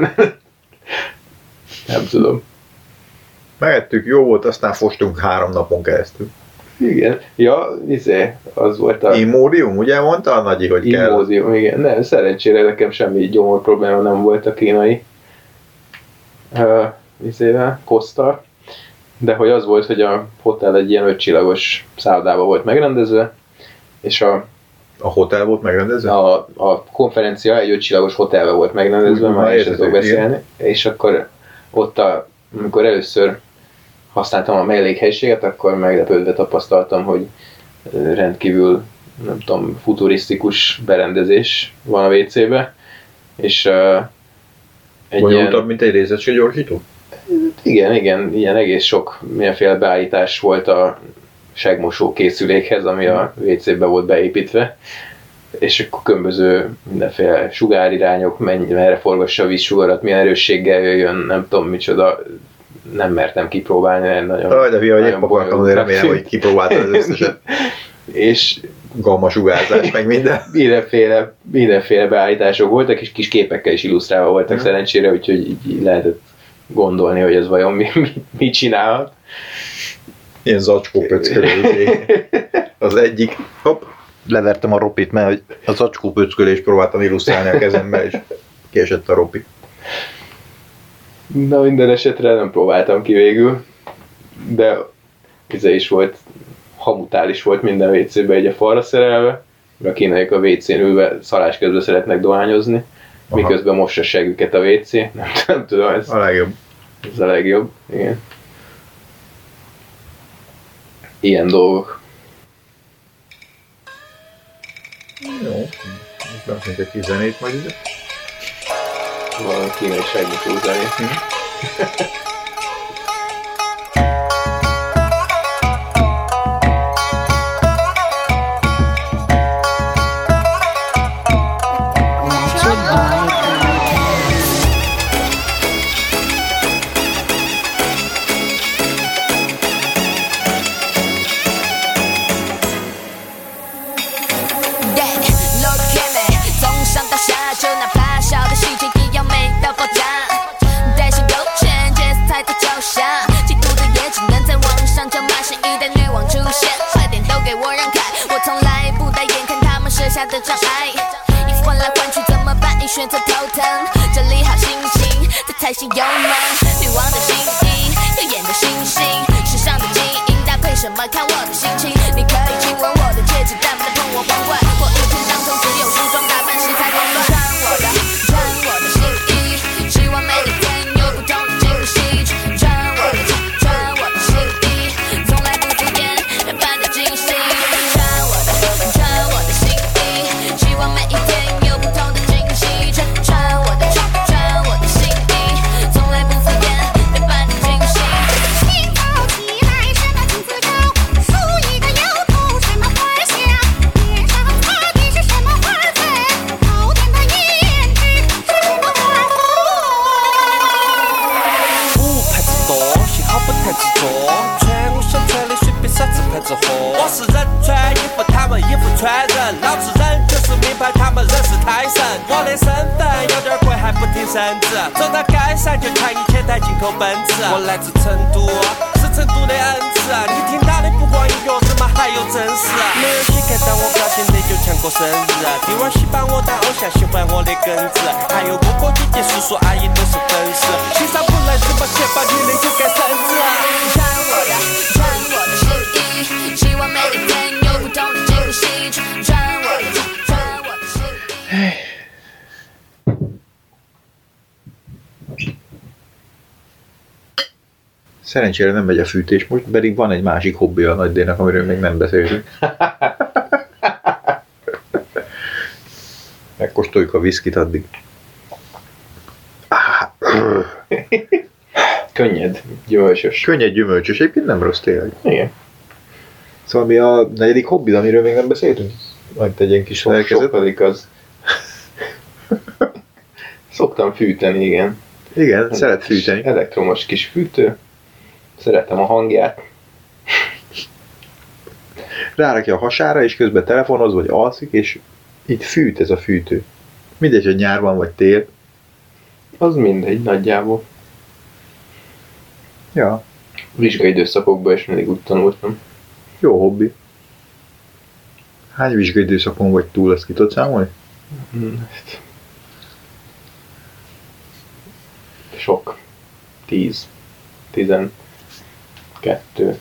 Nem tudom. Megettük, jó volt, aztán fostunk három napon keresztül. Igen. Ja, izé, az volt a Immódium, ugye mondta a nagyi, hogy kell? immódium, igen. Nem, szerencsére nekem semmi gyomor probléma nem volt a kínai uh, izével, kosztal. De hogy az volt, hogy a hotel egy ilyen ötcsillagos szállodába volt megrendezve, és a, A hotel volt megrendezve? a, a konferencia egy ötcsillagos hotelbe volt megrendezve, Úgy, már már is értető, tudok beszélni, és akkor ott, a, amikor először használtam a mellékhelyiséget, akkor meglepődve tapasztaltam, hogy rendkívül, nem tudom, futurisztikus berendezés van a vé cébe, és uh, egy Bonyolultabb, ilyen, mint egy részecske gyorsító? igen, igen, ilyen egész sok mindenféle beállítás volt a segmosó készülékhez, ami a vé cébe volt beépítve, és akkor különböző mindenféle sugárirányok, mennyi, merre forgassa a vízsugarat, milyen erősséggel jöjjön, nem tudom micsoda, nem mertem kipróbálni, nagyon... Aj, de hülye, hogy épp akartam, hogy remélem, hogy kipróbáltad az összeset. És gamma sugárzás, meg minden. Mindenféle, mindenféle beállítások voltak, és kis képekkel is illusztrálva voltak hmm. szerencsére, úgyhogy így lehetett gondolni, hogy ez vajon mi, mi, mit csinálhat. Ilyen zacskó pöckölő. Az egyik, hopp, levertem a ropit, mert hogy a zacskó pöckölést próbáltam illusztrálni a kezemmel, és kiesett a ropi. Na, minden esetre nem próbáltam ki végül, de ez is volt, hamutális volt minden vécébe egy a falra szerelve, mert a kínaiak a vécén ülve szarás közben szeretnek dohányozni, aha. miközben mossa següket a vécé, nem, nem tudom, ez a legjobb. Ez a legjobb, igen. Ilyen dolgok. Jó, most egy kis zenét majd ide. Valami kínai segítő zenét. Szerencsére nem megy a fűtés most, pedig van egy másik hobbi a Nagy D-nek, amiről még nem beszéltünk. Megkóstoljuk a viszkit addig. Könnyed, gyümölcsös. Könnyed, gyümölcsös, egyébként nem rossz tényleg. Igen. Szóval mi a negyedik hobbi, amiről még nem beszéltünk? Majd egy ilyen kis lelkezet. Sokadik az. Szoktam fűteni, igen. Igen, egy szeret fűteni. Elektromos kis fűtő. Szeretem a hangját. Rárakja a hasára, és közben telefonoz, vagy alszik, és itt fűt ez a fűtő. Mindegy, hogy nyárban vagy tél. Az mindegy, nagyjából. Ja. Vizsgai időszakokban is mindig úgy tanultam. Jó hobbi. Hány vizsgai időszakon vagy túl, ezt ki tudod számolni? Sok. Tíz. Tizen. Kettő.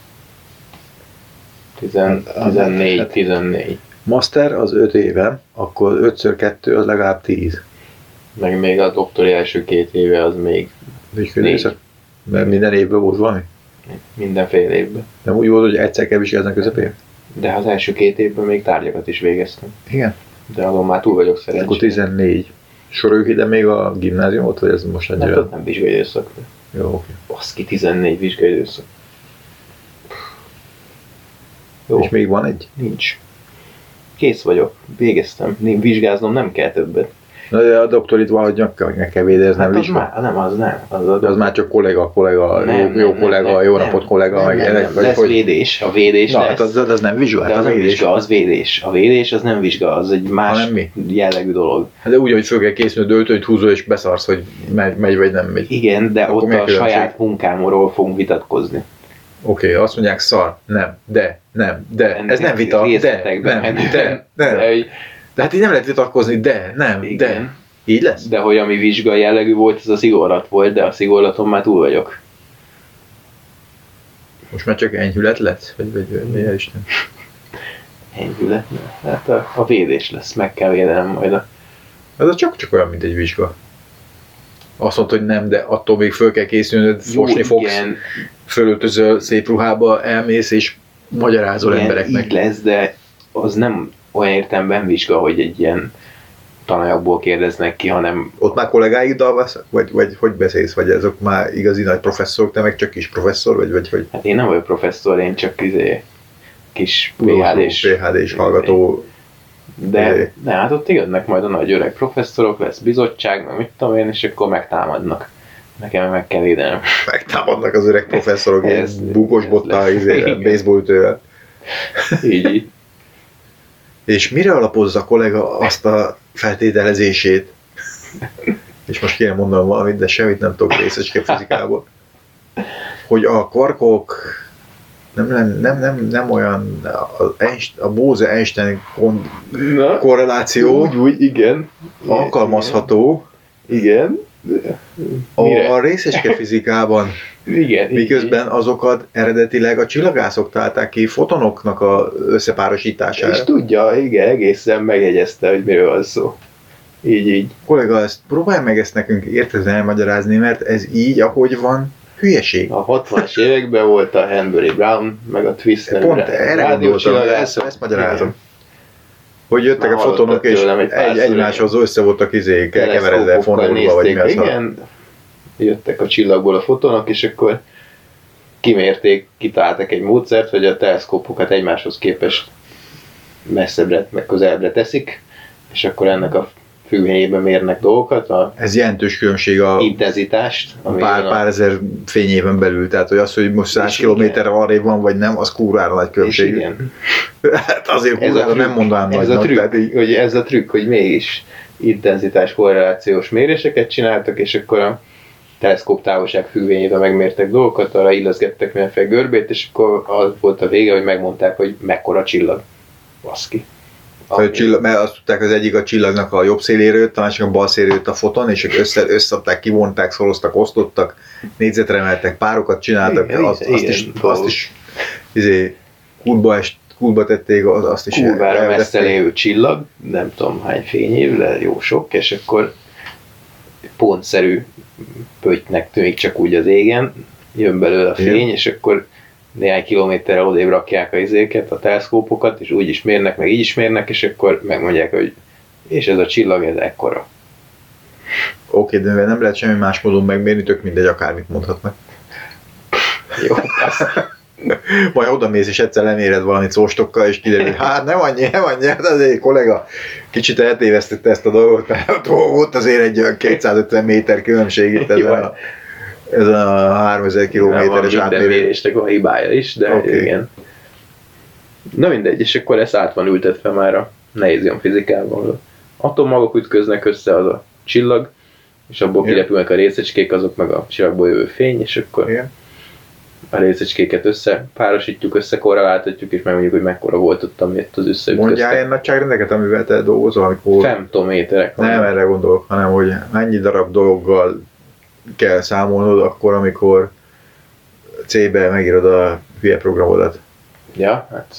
Tizen, tizennégy, tizennégy. Master az öt éven, akkor ötször kettő az legalább tíz. Meg még a doktori első két éve az még négy. Mert minden évben volt valami? Mindenféle évben. Nem úgy volt, hogy egyszer kell vizsgázni a közepén? De az első két évben még tárgyakat is végeztem. Igen? De azon már túl vagyok szerencsére. Akkor tizennégy. Soroljuk ide még a gimnáziumot, vagy ez most annyira? Nem, nem vizsgai időszak. Jó, oké. Baszki, tizennégy vizsgai időszak. Jó. És még van egy? Nincs. Kész vagyok, végeztem. Én vizsgáznom nem kell többet. Na, de a doktorit valahogy meg kell védeni, ez Hát nem az vizsga. már, nem, az nem. Az, a De az már csak kollega, kollega, nem, jó, nem, jó nem, kollega, nem, jó nem, napot kollega, nem, meg nem, ilyenek, nem, vagy lesz hogy... védés, a védés Na, lesz. hát az, az nem vizsga, de hát az a nem védés. vizsga, az védés. A védés az nem vizsga, az egy más Hanem mi? jellegű dolog. Hát de úgy, hogy föl kell készülni, öltönyt húzol és beszarsz, hogy megy, megy vagy nem megy. Igen, de Akkor ott mi a a különbség? saját munkámról fogunk vitatkozni. Oké, okay, azt mondják szar, nem, de, nem, de, ez nem vita, de, Részletekben nem, menni. de, nem. De, hogy- De hát így nem lehet vitatkozni, de, nem, de. igen. Így lesz? De hogy ami vizsga jellegű volt, az a szigorlat volt, de a szigorlaton már túl vagyok. Most már csak enyhület lett? Vagy, vagy, vagy mi Isten? Enyhület. Hát a, a védés lesz, meg kell védenem majd a... Ez a csak-csak olyan, mint egy vizsga. Azt mondta, hogy nem, de attól még föl kell készülnöd, fosni Jó, fogsz, igen, fölöltözöl szép ruhába, elmész és magyarázol igen, embereknek. így lesz, de az nem olyan értelemben vizsga, hogy egy ilyen tananyagból kérdeznek ki, hanem Ott már kollégáiddal beszélsz? Vagy, vagy hogy beszélsz? Vagy azok már igazi nagy professzorok, te meg csak kis professzor? Vagy, vagy hogy hát én nem vagyok professzor, én csak izé, kis pé há pé dés. há dés hallgató? De, izé. de hát ott jönnek majd a nagy öreg professzorok, lesz bizottság, meg mit tudom én, és akkor megtámadnak. Nekem meg kell védenem. Megtámadnak az öreg professzorok Ez- ez, bukos ez bottal, lesz. izére, Igen. baseball ütővel. Így, így. És mire alapozza a kollega azt a feltételezését? És most kéne mondanom valamit, de semmit nem tudok részecske fizikából. Hogy a kvarkok nem, nem, nem, nem, nem olyan, a, Einstein, a Bose-Einstein kon- Na, korreláció úgy, úgy, igen. alkalmazható Igen. Mire? a részecske fizikában, Igen. így, miközben azokat eredetileg a csillagászok találták ki fotonoknak a így. összepárosítására. És tudja, igen, egészen megjegyezte, hogy miről van szó. Így, így. Kollega, ezt próbálj meg ezt nekünk érted elmagyarázni, mert ez így, ahogy van, hülyeség. A hatvanas években volt a Hanbury Brown, meg a Twist nevű Pont erre gondoltam, rádiócsillagászok. ezt, ezt magyarázom. Hogy jöttek Már a fotonok, hallottad és tőlem egy egy, párszor, egymáshoz össze voltak izé, keveredve Teleszkópokkal fonódva, vagy mi az. nézték, ha- igen, jöttek a csillagból a fotonok, és akkor kimérték, kitaláltak egy módszert, hogy a teleszkópokat egymáshoz képest messzebbre, meg közelebbre teszik, és akkor ennek a függvényében mérnek dolgokat, a Ez jelentős különbség a intenzitást, ami pár, a- pár ezer fényéven belül. Tehát, hogy az, hogy most száz És kilométerre arrébb van, vagy nem, az kurvára nagy és különbség. igen, Hát azért ez a kurvára trükk, nem mondanám ez a nagynak. trükk, Tehát így, hogy ez a trükk, hogy mégis intenzitás korrelációs méréseket csináltak, és akkor a teleszkóp távolság függvényében megmértek dolgokat, arra illeszgettek mindenféle görbét, és akkor az volt a vége, hogy megmondták, hogy mekkora csillag. Baszki. hogy csillag, mert azt tudták, az egyik a csillagnak a jobb széléről jött, a másik a bal széléről jött a foton, és ők össze, összeadták, kivonták, szoroztak, osztottak, négyzetre emeltek, párokat csináltak, Igen, azt, igen, azt is, igen, azt is izé, kútba, est, kútba tették, az- azt is Kurvára messze elvették. lévő csillag, nem tudom hány fényév, de jó sok, és akkor pontszerű pöttynek tűnik csak úgy az égen, jön belőle a fény, Igen. és akkor néhány kilométerrel odébb rakják a izéket, a teleszkópokat, és úgy is mérnek, meg így is mérnek, és akkor megmondják, hogy és ez a csillag, ez ekkora. Oké, de mivel nem lehet semmi más módon megmérni, tök mindegy, akármit mondhatnak. Jó, azt Majd oda mész, és egyszer leméred valamit szóstokkal, és kiderül, hogy hát nem annyi, nem annyi, hát azért kollega kicsit eltévesztette ezt a dolgot, mert volt azért egy olyan kétszázötven méter különbség itt ezen a, ezen a háromezer kilométeres minden átmérő. mérésnek van hibája is, de Oké. igen. Na mindegy, és akkor ez át van ültetve már a nehéz fizikában. Atommagok ütköznek össze, az a csillag, és abból Igen. kirepülnek a részecskék, azok meg a csillagból jövő fény, és akkor Igen. a részecskéket összepárosítjuk, összekorreláltatjuk, és megmondjuk, hogy mekkora volt ott, ami ott az Mondjál összeütköztek. ilyen nagyságrendeket, amivel te dolgozol, amikor Femtométerek nem vannak. erre gondolok, hanem hogy mennyi darab dologgal kell számolnod akkor, amikor C-be megírod a hülye programodat. Ja, hát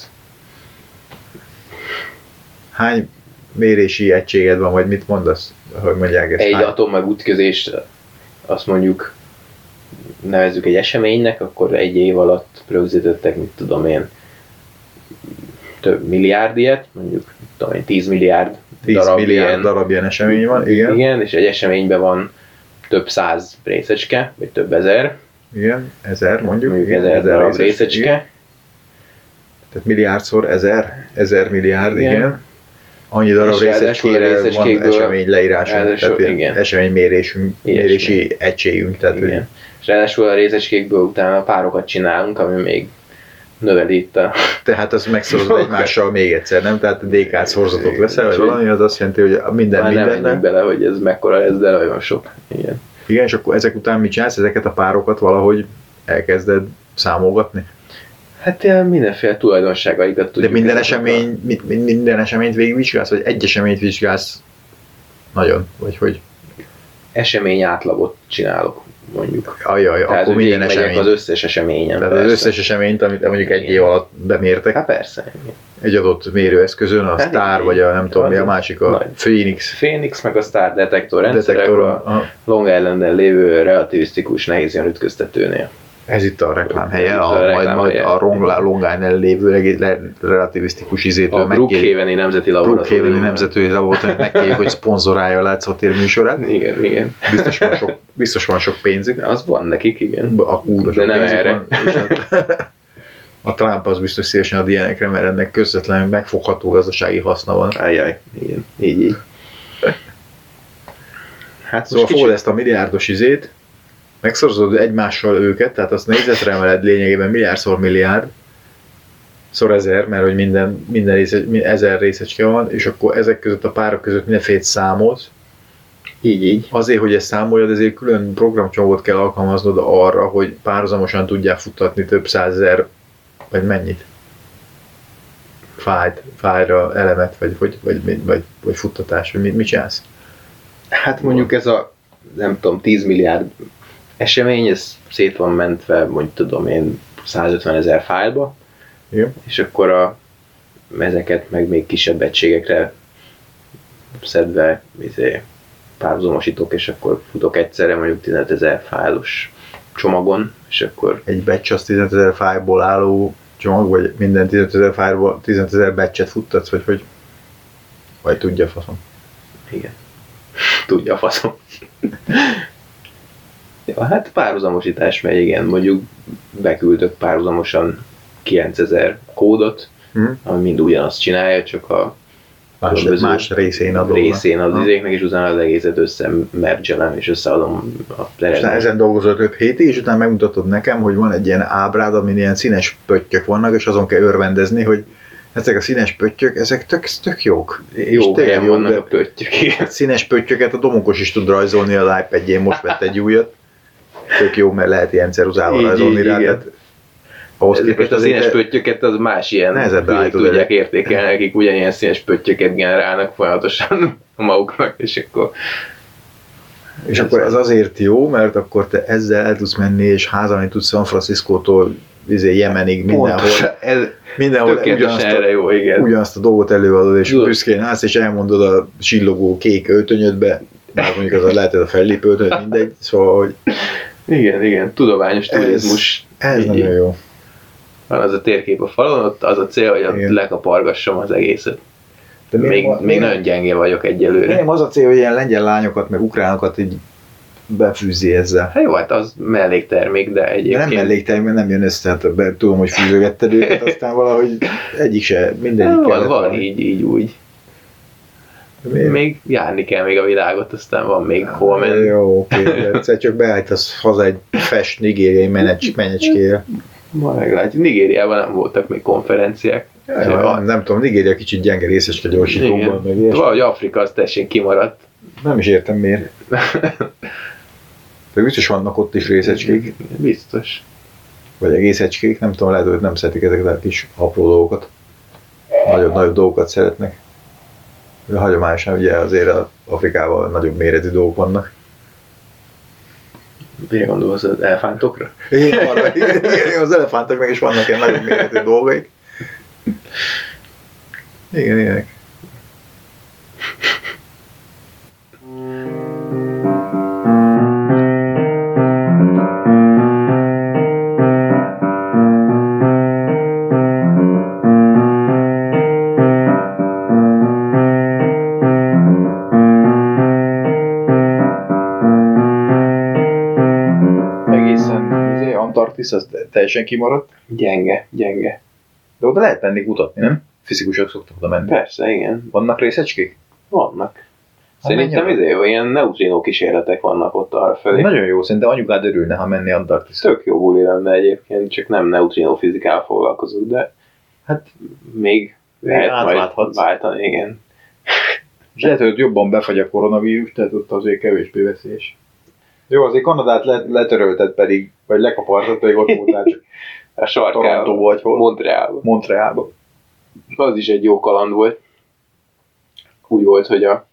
Hány mérési egységed van, vagy mit mondasz, hogy mondják ezt? egy Hány? atommag ütközést, azt mondjuk nevezzük egy eseménynek, akkor egy év alatt rögzítettek, mit tudom én, több milliárd ilyet, mondjuk, mit tudom én, tíz milliárd tíz darab milliárd ilyen, darab ilyen esemény van, igen. igen, és egy eseményben van több száz részecske, vagy több ezer, Igen, ezer mondjuk. mondjuk igen, ezer darab részecske, igen. részecske, Tehát milliárdszor ezer, ezer milliárd, igen. igen. Annyi darab És részecskére van esemény leírásunk, ráadásul, tehát igen. esemény mérésünk, mérési egységünk. Tehát, igen. hogy... És ráadásul a részecskékből utána párokat csinálunk, ami még növeli itt a... Tehát az megszorozod egymással még egyszer, nem? Tehát dé ká szorzatot veszel, vagy valami, az azt jelenti, hogy minden Már minden. nem bele, hogy ez mekkora lesz, de olyan sok. Igen. Igen, és akkor ezek után mit csinálsz? Ezeket a párokat valahogy elkezded számolgatni? Hát ilyen mindenféle tulajdonságaikat tudjuk. De minden esemény, a... minden eseményt végigvizsgálsz, vagy egy eseményt vizsgálsz nagyon? Vagy hogy? Esemény átlagot csinálok, mondjuk. Ajaj, tehát, akkor minden esemény. az összes eseményen. Tehát persze. Az összes eseményt, amit mondjuk egy év alatt bemértek. Hát persze. Egy adott mérőeszközön, a hát Star, vagy a nem tudom mi, a másik, a nagy. Phoenix. Phoenix, meg a Star detektor rendszerek detektor, a aha. Long Islanden lévő relativisztikus nehézion ütköztetőnél. Ez itt a reklám helye, a, a, majd, majd a Long Island lévő relativisztikus izétől a Brookhaveni Nemzeti Laboratórium. Brookhaveni Nemzeti Laboratórium megkérjük, hogy szponzorálja a Látszótér műsorát. Igen, igen. Biztos van sok, biztos van sok pénzük. Az van nekik, igen. A kúra de nem erre. A Trump az biztos szívesen ad ilyenekre, mert ennek közvetlenül megfogható gazdasági haszna van. Ajjaj, igen, így, így. Hát szóval fogod ezt a milliárdos izét, megszorozod egymással őket, tehát azt négyzetre emeled lényegében milliárdszor milliárd, szor ezer, mert hogy minden, minden része, ezer részecske van, és akkor ezek között a párok között mindenfélét számolsz. Így, így. Azért, hogy ezt számoljad, ezért külön programcsomagot kell alkalmaznod arra, hogy párhuzamosan tudják futtatni több százezer, vagy mennyit? Fájt, fájra elemet, vagy, vagy, vagy, vagy, vagy futtatás, vagy mit, mit csinálsz? Hát mondjuk ez a, nem tudom, tíz milliárd esemény, ez szét van mentve, mondjuk tudom én, százötven ezer fájlba, igen. És akkor a, ezeket meg még kisebb egységekre szedve izé, párhuzamosítok, és akkor futok egyszerre mondjuk tizenöt ezer fájlos csomagon, és akkor... Egy batch az tizenöt ezer fájlból álló csomag, vagy minden tizenöt ezer fájlból tizenöt ezer batchet futtatsz, vagy hogy? Vagy tudja a faszom? Igen. Tudja a faszom. Ja, hát párhuzamosítás megy, igen, mondjuk beküldök párhuzamosan kilencezer kódot, mm. ami mind ugyanazt csinálja, csak a más, más részén adom. Részén az izéknek, és utána az egészet összemergelem, és összeadom a eredményt. Ezen dolgozol több hétig, és utána megmutatod nekem, hogy van egy ilyen ábrád, amin ilyen színes pöttyök vannak, és azon kell örvendezni, hogy ezek a színes pöttyök, ezek tök, tök jók. Jó helyen vannak a pöttyök, igen. Színes pöttyöket a domokos is tud rajzolni az iPadjén, most vett egy újat. Tök jó, mert lehet ilyen ceruzával rajzolni rá. Tehát ahhoz ezeket a színes pöttyöket az más ilyen hülyék tudják értékelni, akik ugyanilyen színes pöttyöket generálnak folyamatosan maguknak, és akkor... És akkor ez azért jó, mert akkor te ezzel el tudsz menni, és házalni tudsz San Franciscótól izé, Jemenig, mindenhol. Ez mindenhol ugyanazt a, jó, igen. ugyanazt a dolgot előadod, és büszkén állsz, és elmondod a csillogó kék öltönyödbe, már mondjuk az a lehet ez a fellépő öltönyöd, mindegy, szóval, hogy... Igen, igen, tudományos turizmus. Ez, ez nagyon jó. Van az a térkép a falon, ott az a cél, hogy igen. lekapargassam az egészet. De még, van, még nagyon gyenge vagyok egyelőre. Nem, az a cél, hogy ilyen lengyel lányokat, meg ukránokat így befűzi ezzel. Hát jó, hát az melléktermék, de egyébként... De nem melléktermék, nem jön össze, hát be, tudom, hogy fűzögetted őket, aztán valahogy egyik se, mindegyik kellett. Van, van így, így úgy. Miért? Még járni kell még a világot, aztán van még hol menni. Jó, oké, de egyszer csak beállítasz haza egy fest nigériai menecskére. Ma meglátjuk. Nigériában nem voltak még konferenciák. Ja, ja, nem, nem tudom, Nigéria kicsit gyenge részecske gyorsítóban. Valahogy Afrika az teljesen kimaradt. Nem is értem miért. De biztos vannak ott is részecskék. Biztos. Vagy egészecskék, nem tudom, lehet, hogy nem szeretik ezeket a kis apró dolgokat. Nagyobb-nagyobb dolgokat szeretnek. De hagyományosan ugye azért az Afrikában nagyobb méretű dolgok vannak. Miért gondolsz az elefántokra? Igen, arra, igen, igen, az elefántoknak is vannak ilyen nagyobb méretű dolgaik. Igen, ilyenek. Az teljesen kimaradt. Gyenge, gyenge. De oda lehet menni kutatni, nem? Fizikusok szoktak oda menni. Persze, igen. Vannak részecskék? Vannak. Szerintem menjen. izé, ilyen neutrino kísérletek vannak ott arra felé. Nagyon jó, szerintem anyukád örülne, ha menni Antarktiszra. Tök jó buli lenne egyébként, csak nem neutrino fizikával foglalkozunk, de Hát még még lehet majd átválthatsz. váltani, igen. És lehet, hogy jobban befagy a koronavírus, tehát ott azért kevésbé veszélyes. Jó, azért Kanadát let, letörölted pedig, vagy lekapartad, pedig ott voltál csak A sarkában, Toronto vagy hol? Montrealban. Montrealba. Az is egy jó kaland volt. Úgy volt, hogy a,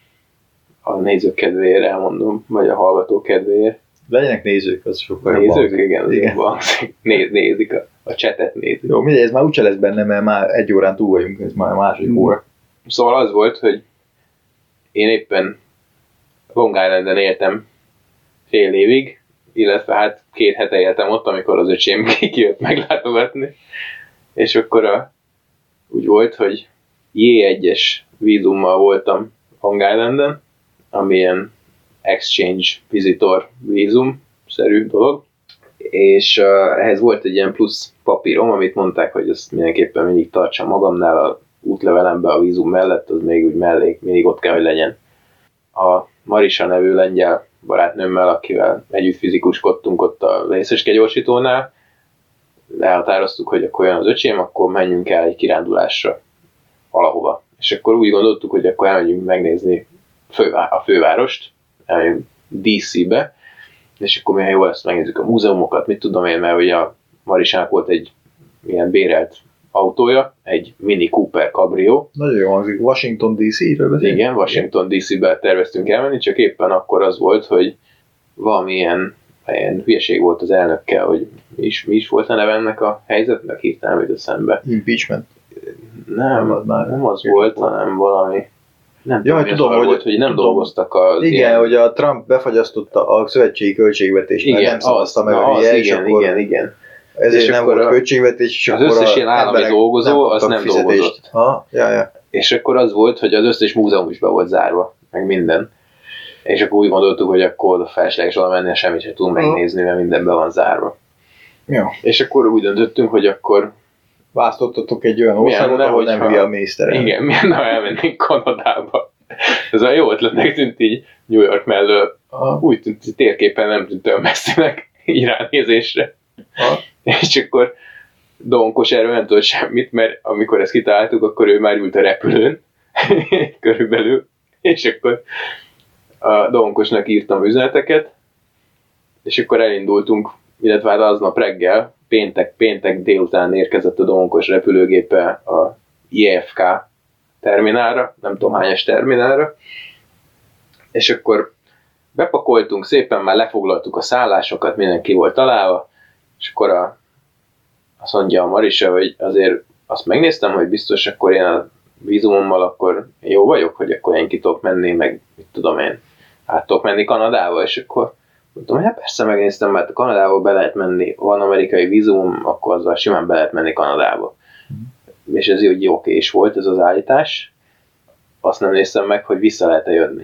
a nézők kedvéért elmondom, vagy a hallgatók kedvéért. Legyenek nézők, az sokkal jobban Nézők, hangzik. igen, az Igen. jobban hangzik. Néz, nézik, a, a csetet nézik. Jó, mindegy, ez már úgyse lesz benne, mert már egy órán túl vagyunk, ez már a második Mm. óra. Szóval az volt, hogy én éppen Long Islanden éltem fél évig, illetve hát két hete éltem ott, amikor az öcsém kijött meglátogatni, és akkor a, úgy volt, hogy jé egyes vízummal voltam Long Islanden, ami ilyen exchange visitor vízum-szerű dolog, és uh, ehhez volt egy ilyen plusz papírom, amit mondták, hogy ezt mindenképpen mindig tartsam magamnál a útlevelembe a vízum mellett, az még úgy mellék, mindig ott kell, hogy legyen. A Marisa nevű lengyel barátnőmmel, akivel együtt fizikuskodtunk ott a Lészecske gyorsítónál, elhatároztuk, hogy akkor jön az öcsém, akkor menjünk el egy kirándulásra valahova. És akkor úgy gondoltuk, hogy akkor elmegyünk megnézni fővá- a fővárost, elmegyünk dé cé-be, és akkor milyen jó lesz, megnézzük a múzeumokat, mit tudom én, mert ugye a Marisának volt egy ilyen bérelt autója, egy Mini Cooper Cabrio. Nagyon jó hangzik. Washington dé cé-ről beszélünk? Igen, Washington dé cé-be terveztünk elmenni, csak éppen akkor az volt, hogy valamilyen ilyen hülyeség volt az elnökkel, hogy mi is, mi is volt a neve ennek a helyzetnek, hirtelen jut eszembe. Impeachment. Nem, Nem az már. nem az volt, hanem valami... Nem Jaj, tudom, tudom, hogy, hogy- volt, hogy nem tudom. dolgoztak az Igen, ilyen... hogy a Trump befagyasztotta a szövetségi költségvetést, mert Igen, nem szavazta meg na, a az, hülye, és igen, akkor igen, igen. ezért és nem akkor volt a- költségvetés, és az akkor összes a ilyen állami emberek dolgozó, az kaptak nem fizetést. dolgozott. Ha, ja, ja. És akkor az volt, hogy az összes múzeum is be volt zárva, meg minden. És akkor úgy gondoltuk, hogy akkor felesleges oda menni, semmit sem tudunk Aha. megnézni, mert minden be van zárva. Jó. És akkor úgy döntöttünk, hogy akkor Választottatok egy olyan országot, Milyen, ahol nem hogyha- hülye a miniszterelnök. igen, milyen ha elmennénk Kanadába. Ez a jó ötletnek tűnt így New York mellől. Aha. Úgy tűnt, hogy térképen nem tűnt olyan messzinek, így ránézésre. Aha. És akkor Donkos erről nem tudott semmit, mert amikor ezt kitaláltuk, akkor ő már ült a repülőn, körülbelül, és akkor a Donkosnak írtam üzeneteket, és akkor elindultunk, illetve hát aznap reggel, péntek, péntek délután érkezett a Donkos repülőgépe a i ef ká terminálra, nem tudom hányas terminálra, és akkor bepakoltunk szépen, már lefoglaltuk a szállásokat, mindenki volt találva, és akkor a, azt mondja a Marisa, hogy azért azt megnéztem, hogy biztos akkor én a vízumommal akkor jó vagyok, hogy akkor én ki tudok menni, meg mit tudom én, át tudok menni Kanadába, és akkor mondtam, hogy hát persze megnéztem, mert Kanadába be lehet menni, van amerikai vízumom, akkor azzal simán be lehet menni Kanadába. Mm. És ez így oké is volt ez az állítás. Azt nem néztem meg, hogy vissza lehet-e jönni.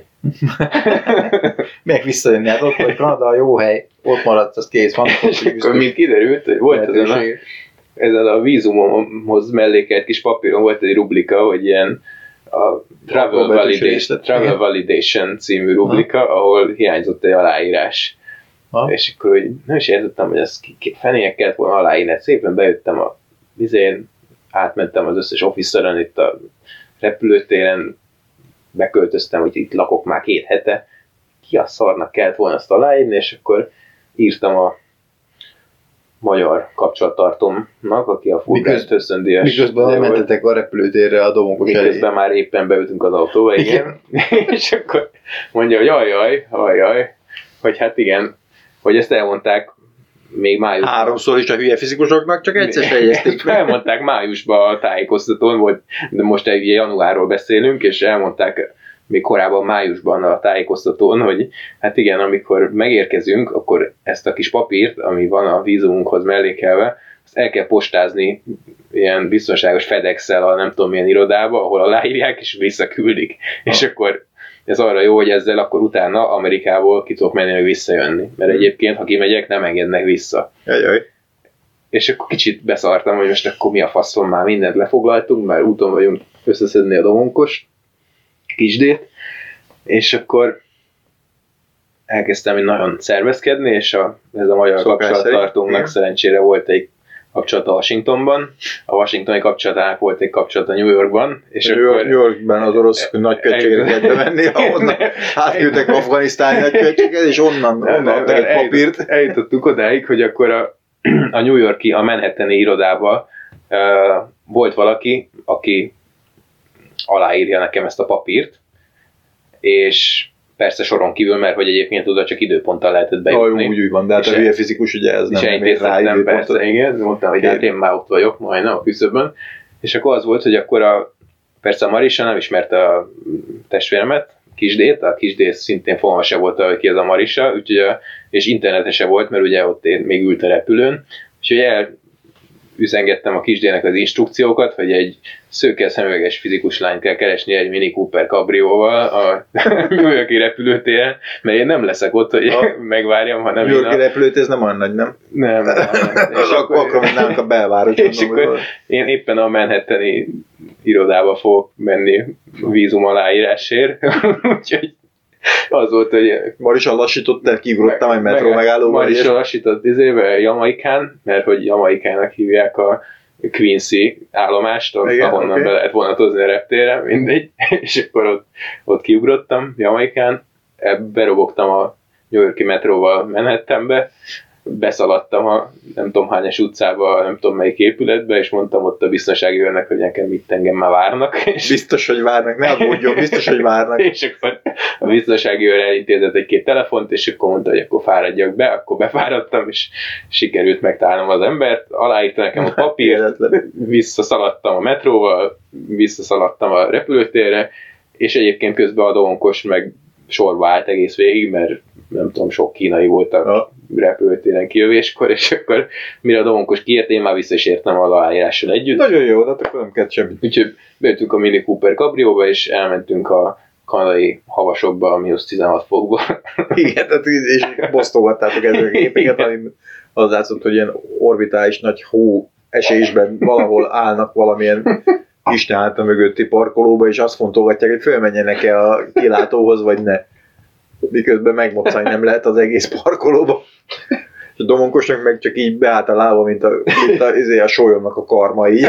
Miért visszajönni? Hát ott vagy Kanada a jó hely, ott maradsz, az kész van. És akkor mint kiderült, hogy volt ezen a, ezen a vízumomhoz mellékelt kis papíron volt egy rubrika, hogy ilyen a Travel Validation, Travel Validation című rubrika, ha. ahol hiányzott egy aláírás. Ha. És akkor hogy nem is értettem, hogy ezt fenének kellett volna aláírni. Szépen bejöttem a vizén, átmentem az összes officeron itt a repülőtéren, beköltöztem, hogy itt lakok már két hete, ki a szarnak kellett volna azt aláírni, és akkor írtam a magyar kapcsolattartómnak, aki a Fulbright Höszöndíjas. Miközben mentetek a repülőtérre a Domonkos elé. Miközben már éppen beültünk az autóba, igen. És akkor mondja, hogy ajaj, ajaj, hogy hát igen, hogy ezt elmondták még májusban. Háromszor is a hülye fizikusoknak, csak egyszer se jegyezték meg. Elmondták májusban a tájékoztatón, volt, de most egy januárról beszélünk, és elmondták még korábban májusban a tájékoztatón, hogy hát igen, amikor megérkezünk, akkor ezt a kis papírt, ami van a vízumunkhoz mellékelve, azt el kell postázni ilyen biztonságos FedEx-el a nem tudom milyen irodába, ahol aláírják, és visszaküldik. Ha. És akkor ez arra jó, hogy ezzel akkor utána Amerikából ki tudok menni, meg visszajönni. Mert egyébként, ha kimegyek, nem engednek vissza. Jajjaj. és akkor kicsit beszartam, hogy most akkor mi a faszom, már mindent lefoglaltunk, már úton vagyunk összeszedni a Domonkos kisdét, és akkor elkezdtem így nagyon szervezkedni, és a, ez a magyar kapcsolattartónknak szerencsére volt egy kapcsolata Washingtonban, a washingtoni kapcsolatának volt egy kapcsolata New Yorkban, és New, akkor... New Yorkban az orosz nagykövetségre kellett bemenni, ahonnan átküldtek Afganisztáni nagykövetséget, és onnan adtak egy papírt. Eljutottunk odáig, hogy akkor a, a New Yorki, a Manhattani irodában uh, volt valaki, aki aláírja nekem ezt a papírt, és persze soron kívül, mert hogy egyébként oda csak időponttal lehetett bejutni. Ah, úgy, úgy van, de hát a hülye fizikus ugye ez és nem mér rá időpontot. Persze, igen, mondtam, hogy hát én már ott vagyok, majdnem a küszöbön. És akkor az volt, hogy akkor a, persze a Marisa nem ismerte a testvéremet, Kisdét, a Kisdé szintén fogalma se volt, hogy ki ez a Marisa, úgyhogy a, és internetese volt, mert ugye ott én még ült a repülőn, úgyhogy el üzengettem a Kisdének az instrukciókat, hogy egy szőke szemüveges fizikus lányt kell keresni egy Mini Cooper kabrióval a New York-i repülőtéren, mert én nem leszek ott, hogy a megvárjam, hanem New York-i repülőtér, ez nem olyan nagy, nem? Nem. nem, nem. És akkor, akkor mennánk a belváros. És akkor én éppen a Manhattani irodába fogok menni vízum aláírásért, úgyhogy az volt, hogy... Marisa lassított el, kiugrottam egy metró meg, megállóval. Marisa lassított izébe Jamaikán, mert hogy Jamaikának hívják a Quincy állomást, igen, ahonnan okay. be lehet vonatozni a reptérre, mindegy. És akkor ott, ott kiugrottam Jamaikán, berobogtam a New York-i metróval Manhattanbe, beszaladtam a nem tudom hányas utcába, nem tudom melyik épületbe, és mondtam ott a biztonsági őrnek, hogy nekem mit engem már várnak. És biztos, hogy várnak, ne aggódjon, biztos, hogy várnak. És akkor a biztonsági őr elintézett egy-két telefont, és akkor mondta, hogy akkor fáradjak be, akkor befáradtam, és sikerült megtalálnom az embert, aláírta nekem a papírt, visszaszaladtam a metróval, visszaszaladtam a repülőtérre, és egyébként közben a Domonkos meg sorba állt egész végig, mert nem tudom, sok kínai volt a repülőtéren kijövéskor, és akkor mire a Domonkos kiért, én már vissza is értem a aláírással együtt. Nagyon jó, de akkor nem kellett semmit. Úgyhogy bejöttünk a Mini Cooper kabrióba, és elmentünk a kanadai havasokba, a mínusz tizenhat fokba. Igen, tehát és bosztogattátok ezzel a gépeket, ami az látszott, hogy ilyen orbitális nagy hó esésben valahol állnak valamilyen Isten háta mögötti parkolóba, és azt fontolgatják, hogy fölmenjenek-e a kilátóhoz, vagy ne. Miközben megmoccani nem lehet az egész parkolóba. És a Domonkosnak meg csak így beállt a lába, mint a, mint a, a sólyomnak a karma így.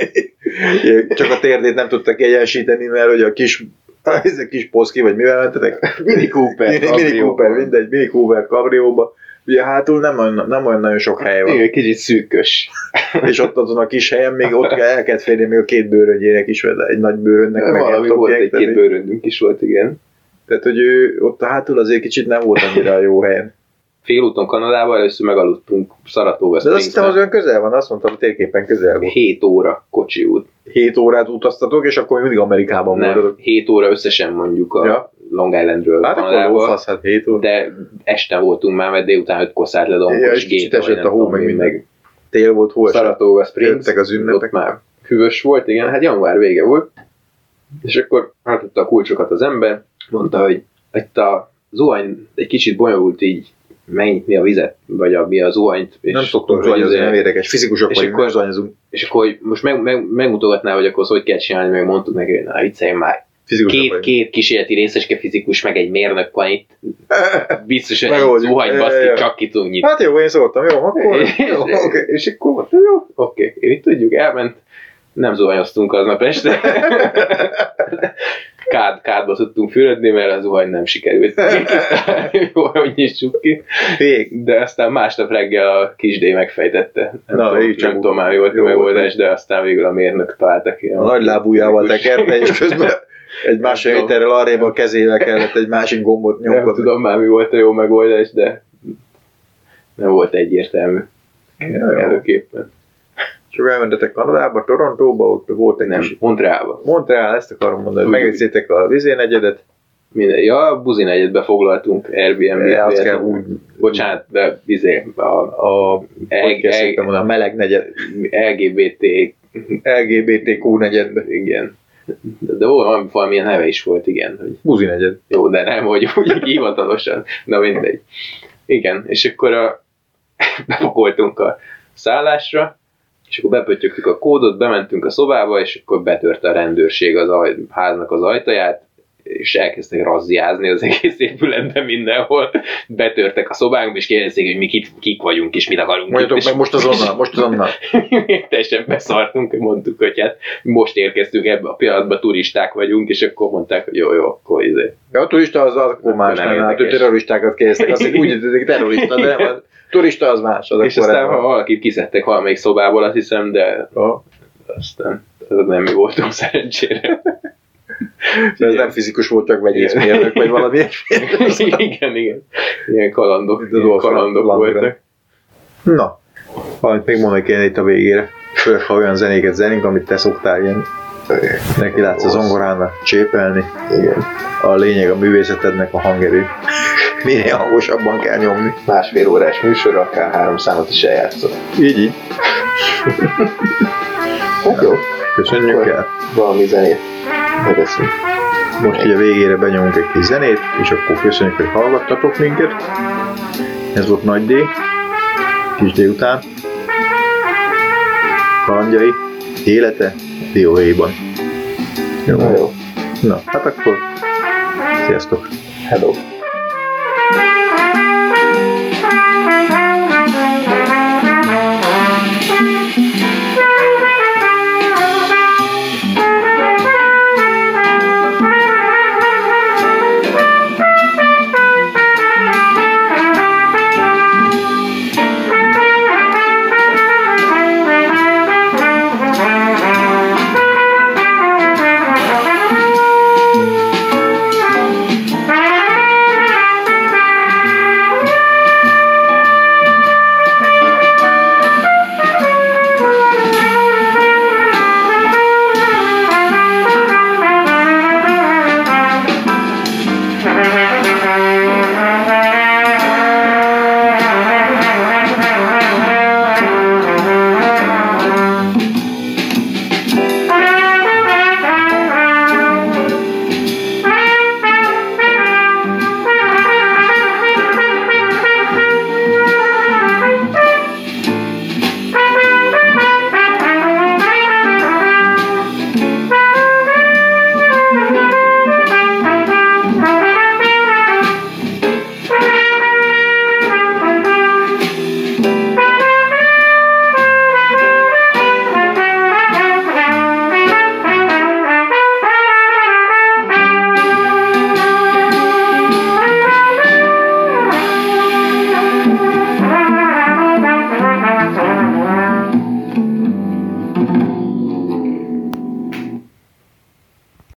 Csak a térdét nem tudtak kiegyensíteni, mert hogy a kis, ez a kis poszki, vagy mivel mentetek? Mini Cooper. Mini Cooper, mindegy, Mini Cooper kabrióba. Ugye hátul nem olyan, nem olyan nagyon sok hely van. Igen, kicsit szűkös. És ott azon a kis helyen még ott el kellett férni még a két bőröngyének is, vagy egy nagy bőrönnek. Meg valami volt, egy-két bőröndünk is volt, igen. Tehát, hogy ő ott a hátul azért kicsit nem volt annyira a jó helyen. Félúton Kanadában először megaludtunk Saratoga Springs-ben. De azt hittem, az olyan közel van, azt mondtam, a térképen közel volt. hét óra kocsi út. hét órát utaztatok, és akkor mindig Amerikában voltatok. hét óra összesen mondjuk a ja. Long Islandről hát Kanadába. Fasz, hát hét óra. De este voltunk már, mert délután ötkor szállt le Domonkos ja, és kicsit esett a hó, meg minden. Tél volt, hó esett. Saratoga Springs. Jöttek az ünnepek. Már hűvös volt, igen, hát január vége volt. És akkor átadta a kulcsokat az ember, mondta, hogy itt a zuhany egy kicsit bonyolult így megnyitni a vizet, vagy a, mi a zuhanyt. Nem szoktunk zuhanyozni, nem érdekes. Fizikusok vagyunk, nem zuhanyozunk. És akkor most meg, meg, megmutogatná, hogy akkor hogy kell csinálni, meg mondtuk neki, hogy na viccelj már. Két, két kísérleti részeske fizikus, meg egy mérnök van itt. Biztos, hogy egy zuhany baszti, csak ki tudunk nyitni. Hát jó, én szóltam, jó, akkor. És, jó, okay. és akkor mondta, jó, oké, okay. Én itt tudjuk, elment. Nem zuhanyoztunk aznap este. Kád, kádba tudtunk fürödni, mert a zuhany nem sikerült. Jó, hogy nyissuk ki. De aztán másnap reggel a Kisdé megfejtette. Nem, Na, tudom, nem tudom már, mi volt a megoldás, de aztán végül a mérnök találtak ki. A nagy lábújával tekerte, és közben egy másfél méterrel arrébb a kezével kellett egy másik gombot nyomkodni. Nem tudom már, mi volt a jó megoldás, de nem volt egyértelmű. Előképpen. És akkor elmentetek Kanadába, Torontóba, ott volt egy nem, kis... Montrealba. Montreal, ezt akarom mondani. Megnézzétek a vizénegyedet. Minden. Ja, a buzinegyedbe foglaltunk Airbnb-t. Ja, azt kell úgy... Bocsánat, de vizé, a, a, a, el, a meleg negyed. el gé bé té el gé bé té kú negyedbe. Igen. De, de valami, valamilyen neve is volt, igen. Hogy... Buzinegyed. Jó, de nem, hogy úgy hivatalosan. Na mindegy. Igen, és akkor a... bepakoltunk a szállásra, és akkor bepöttyögtük a kódot, bementünk a szobába, és akkor betörte a rendőrség az aj- háznak az ajtaját, és elkezdtek razziázni az egész épületben mindenhol. Betörtek a szobánkba, és kérdezték, hogy mi kit, kik vagyunk, és mit akarunk. Mondjatok meg most azonnal, most azonnal. Teljesen beszartunk, mondtuk, hogy hát most érkeztünk ebbe a pillanatba, turisták vagyunk, és akkor mondták, hogy jó, jó, akkor izé. Ja, a turista az akkor más, nem, hát terroristákat kérdeztek, azt mondjuk úgy jöttek terrorista, de nem, a turista az más. Az és aztán ha valakit kiszedtek valamelyik szobából, azt hiszem, de oh, aztán azok nem mi voltunk szerencsére. De ez nem fizikus volt, csak vegyészmérnök, vagy valami ilyesmi. Igen, igen. Ilyen kalandok, ilyen kalandok voltak. Na, valamit még mondani kéne itt a végére. Főleg, ha olyan zenéket zenénk, amit te szoktál ilyen. Neki látsz a zongorának csépelni. Igen. A lényeg a művészetednek a hangerő. Minél hangosabban kell nyomni. Másfél órás műsor, akár három számot is eljátszott. Így, így. Hát jó. Köszönjük el. Valami zenét megeszünk. Most így a végére benyomunk egy kis zenét, és akkor köszönjük, hogy hallgattatok minket. Ez volt Nagy D. Kis délután. Kalandjai. Élete. dióhéjban. Jó. Na jó. Na, hát akkor sziasztok. Hello.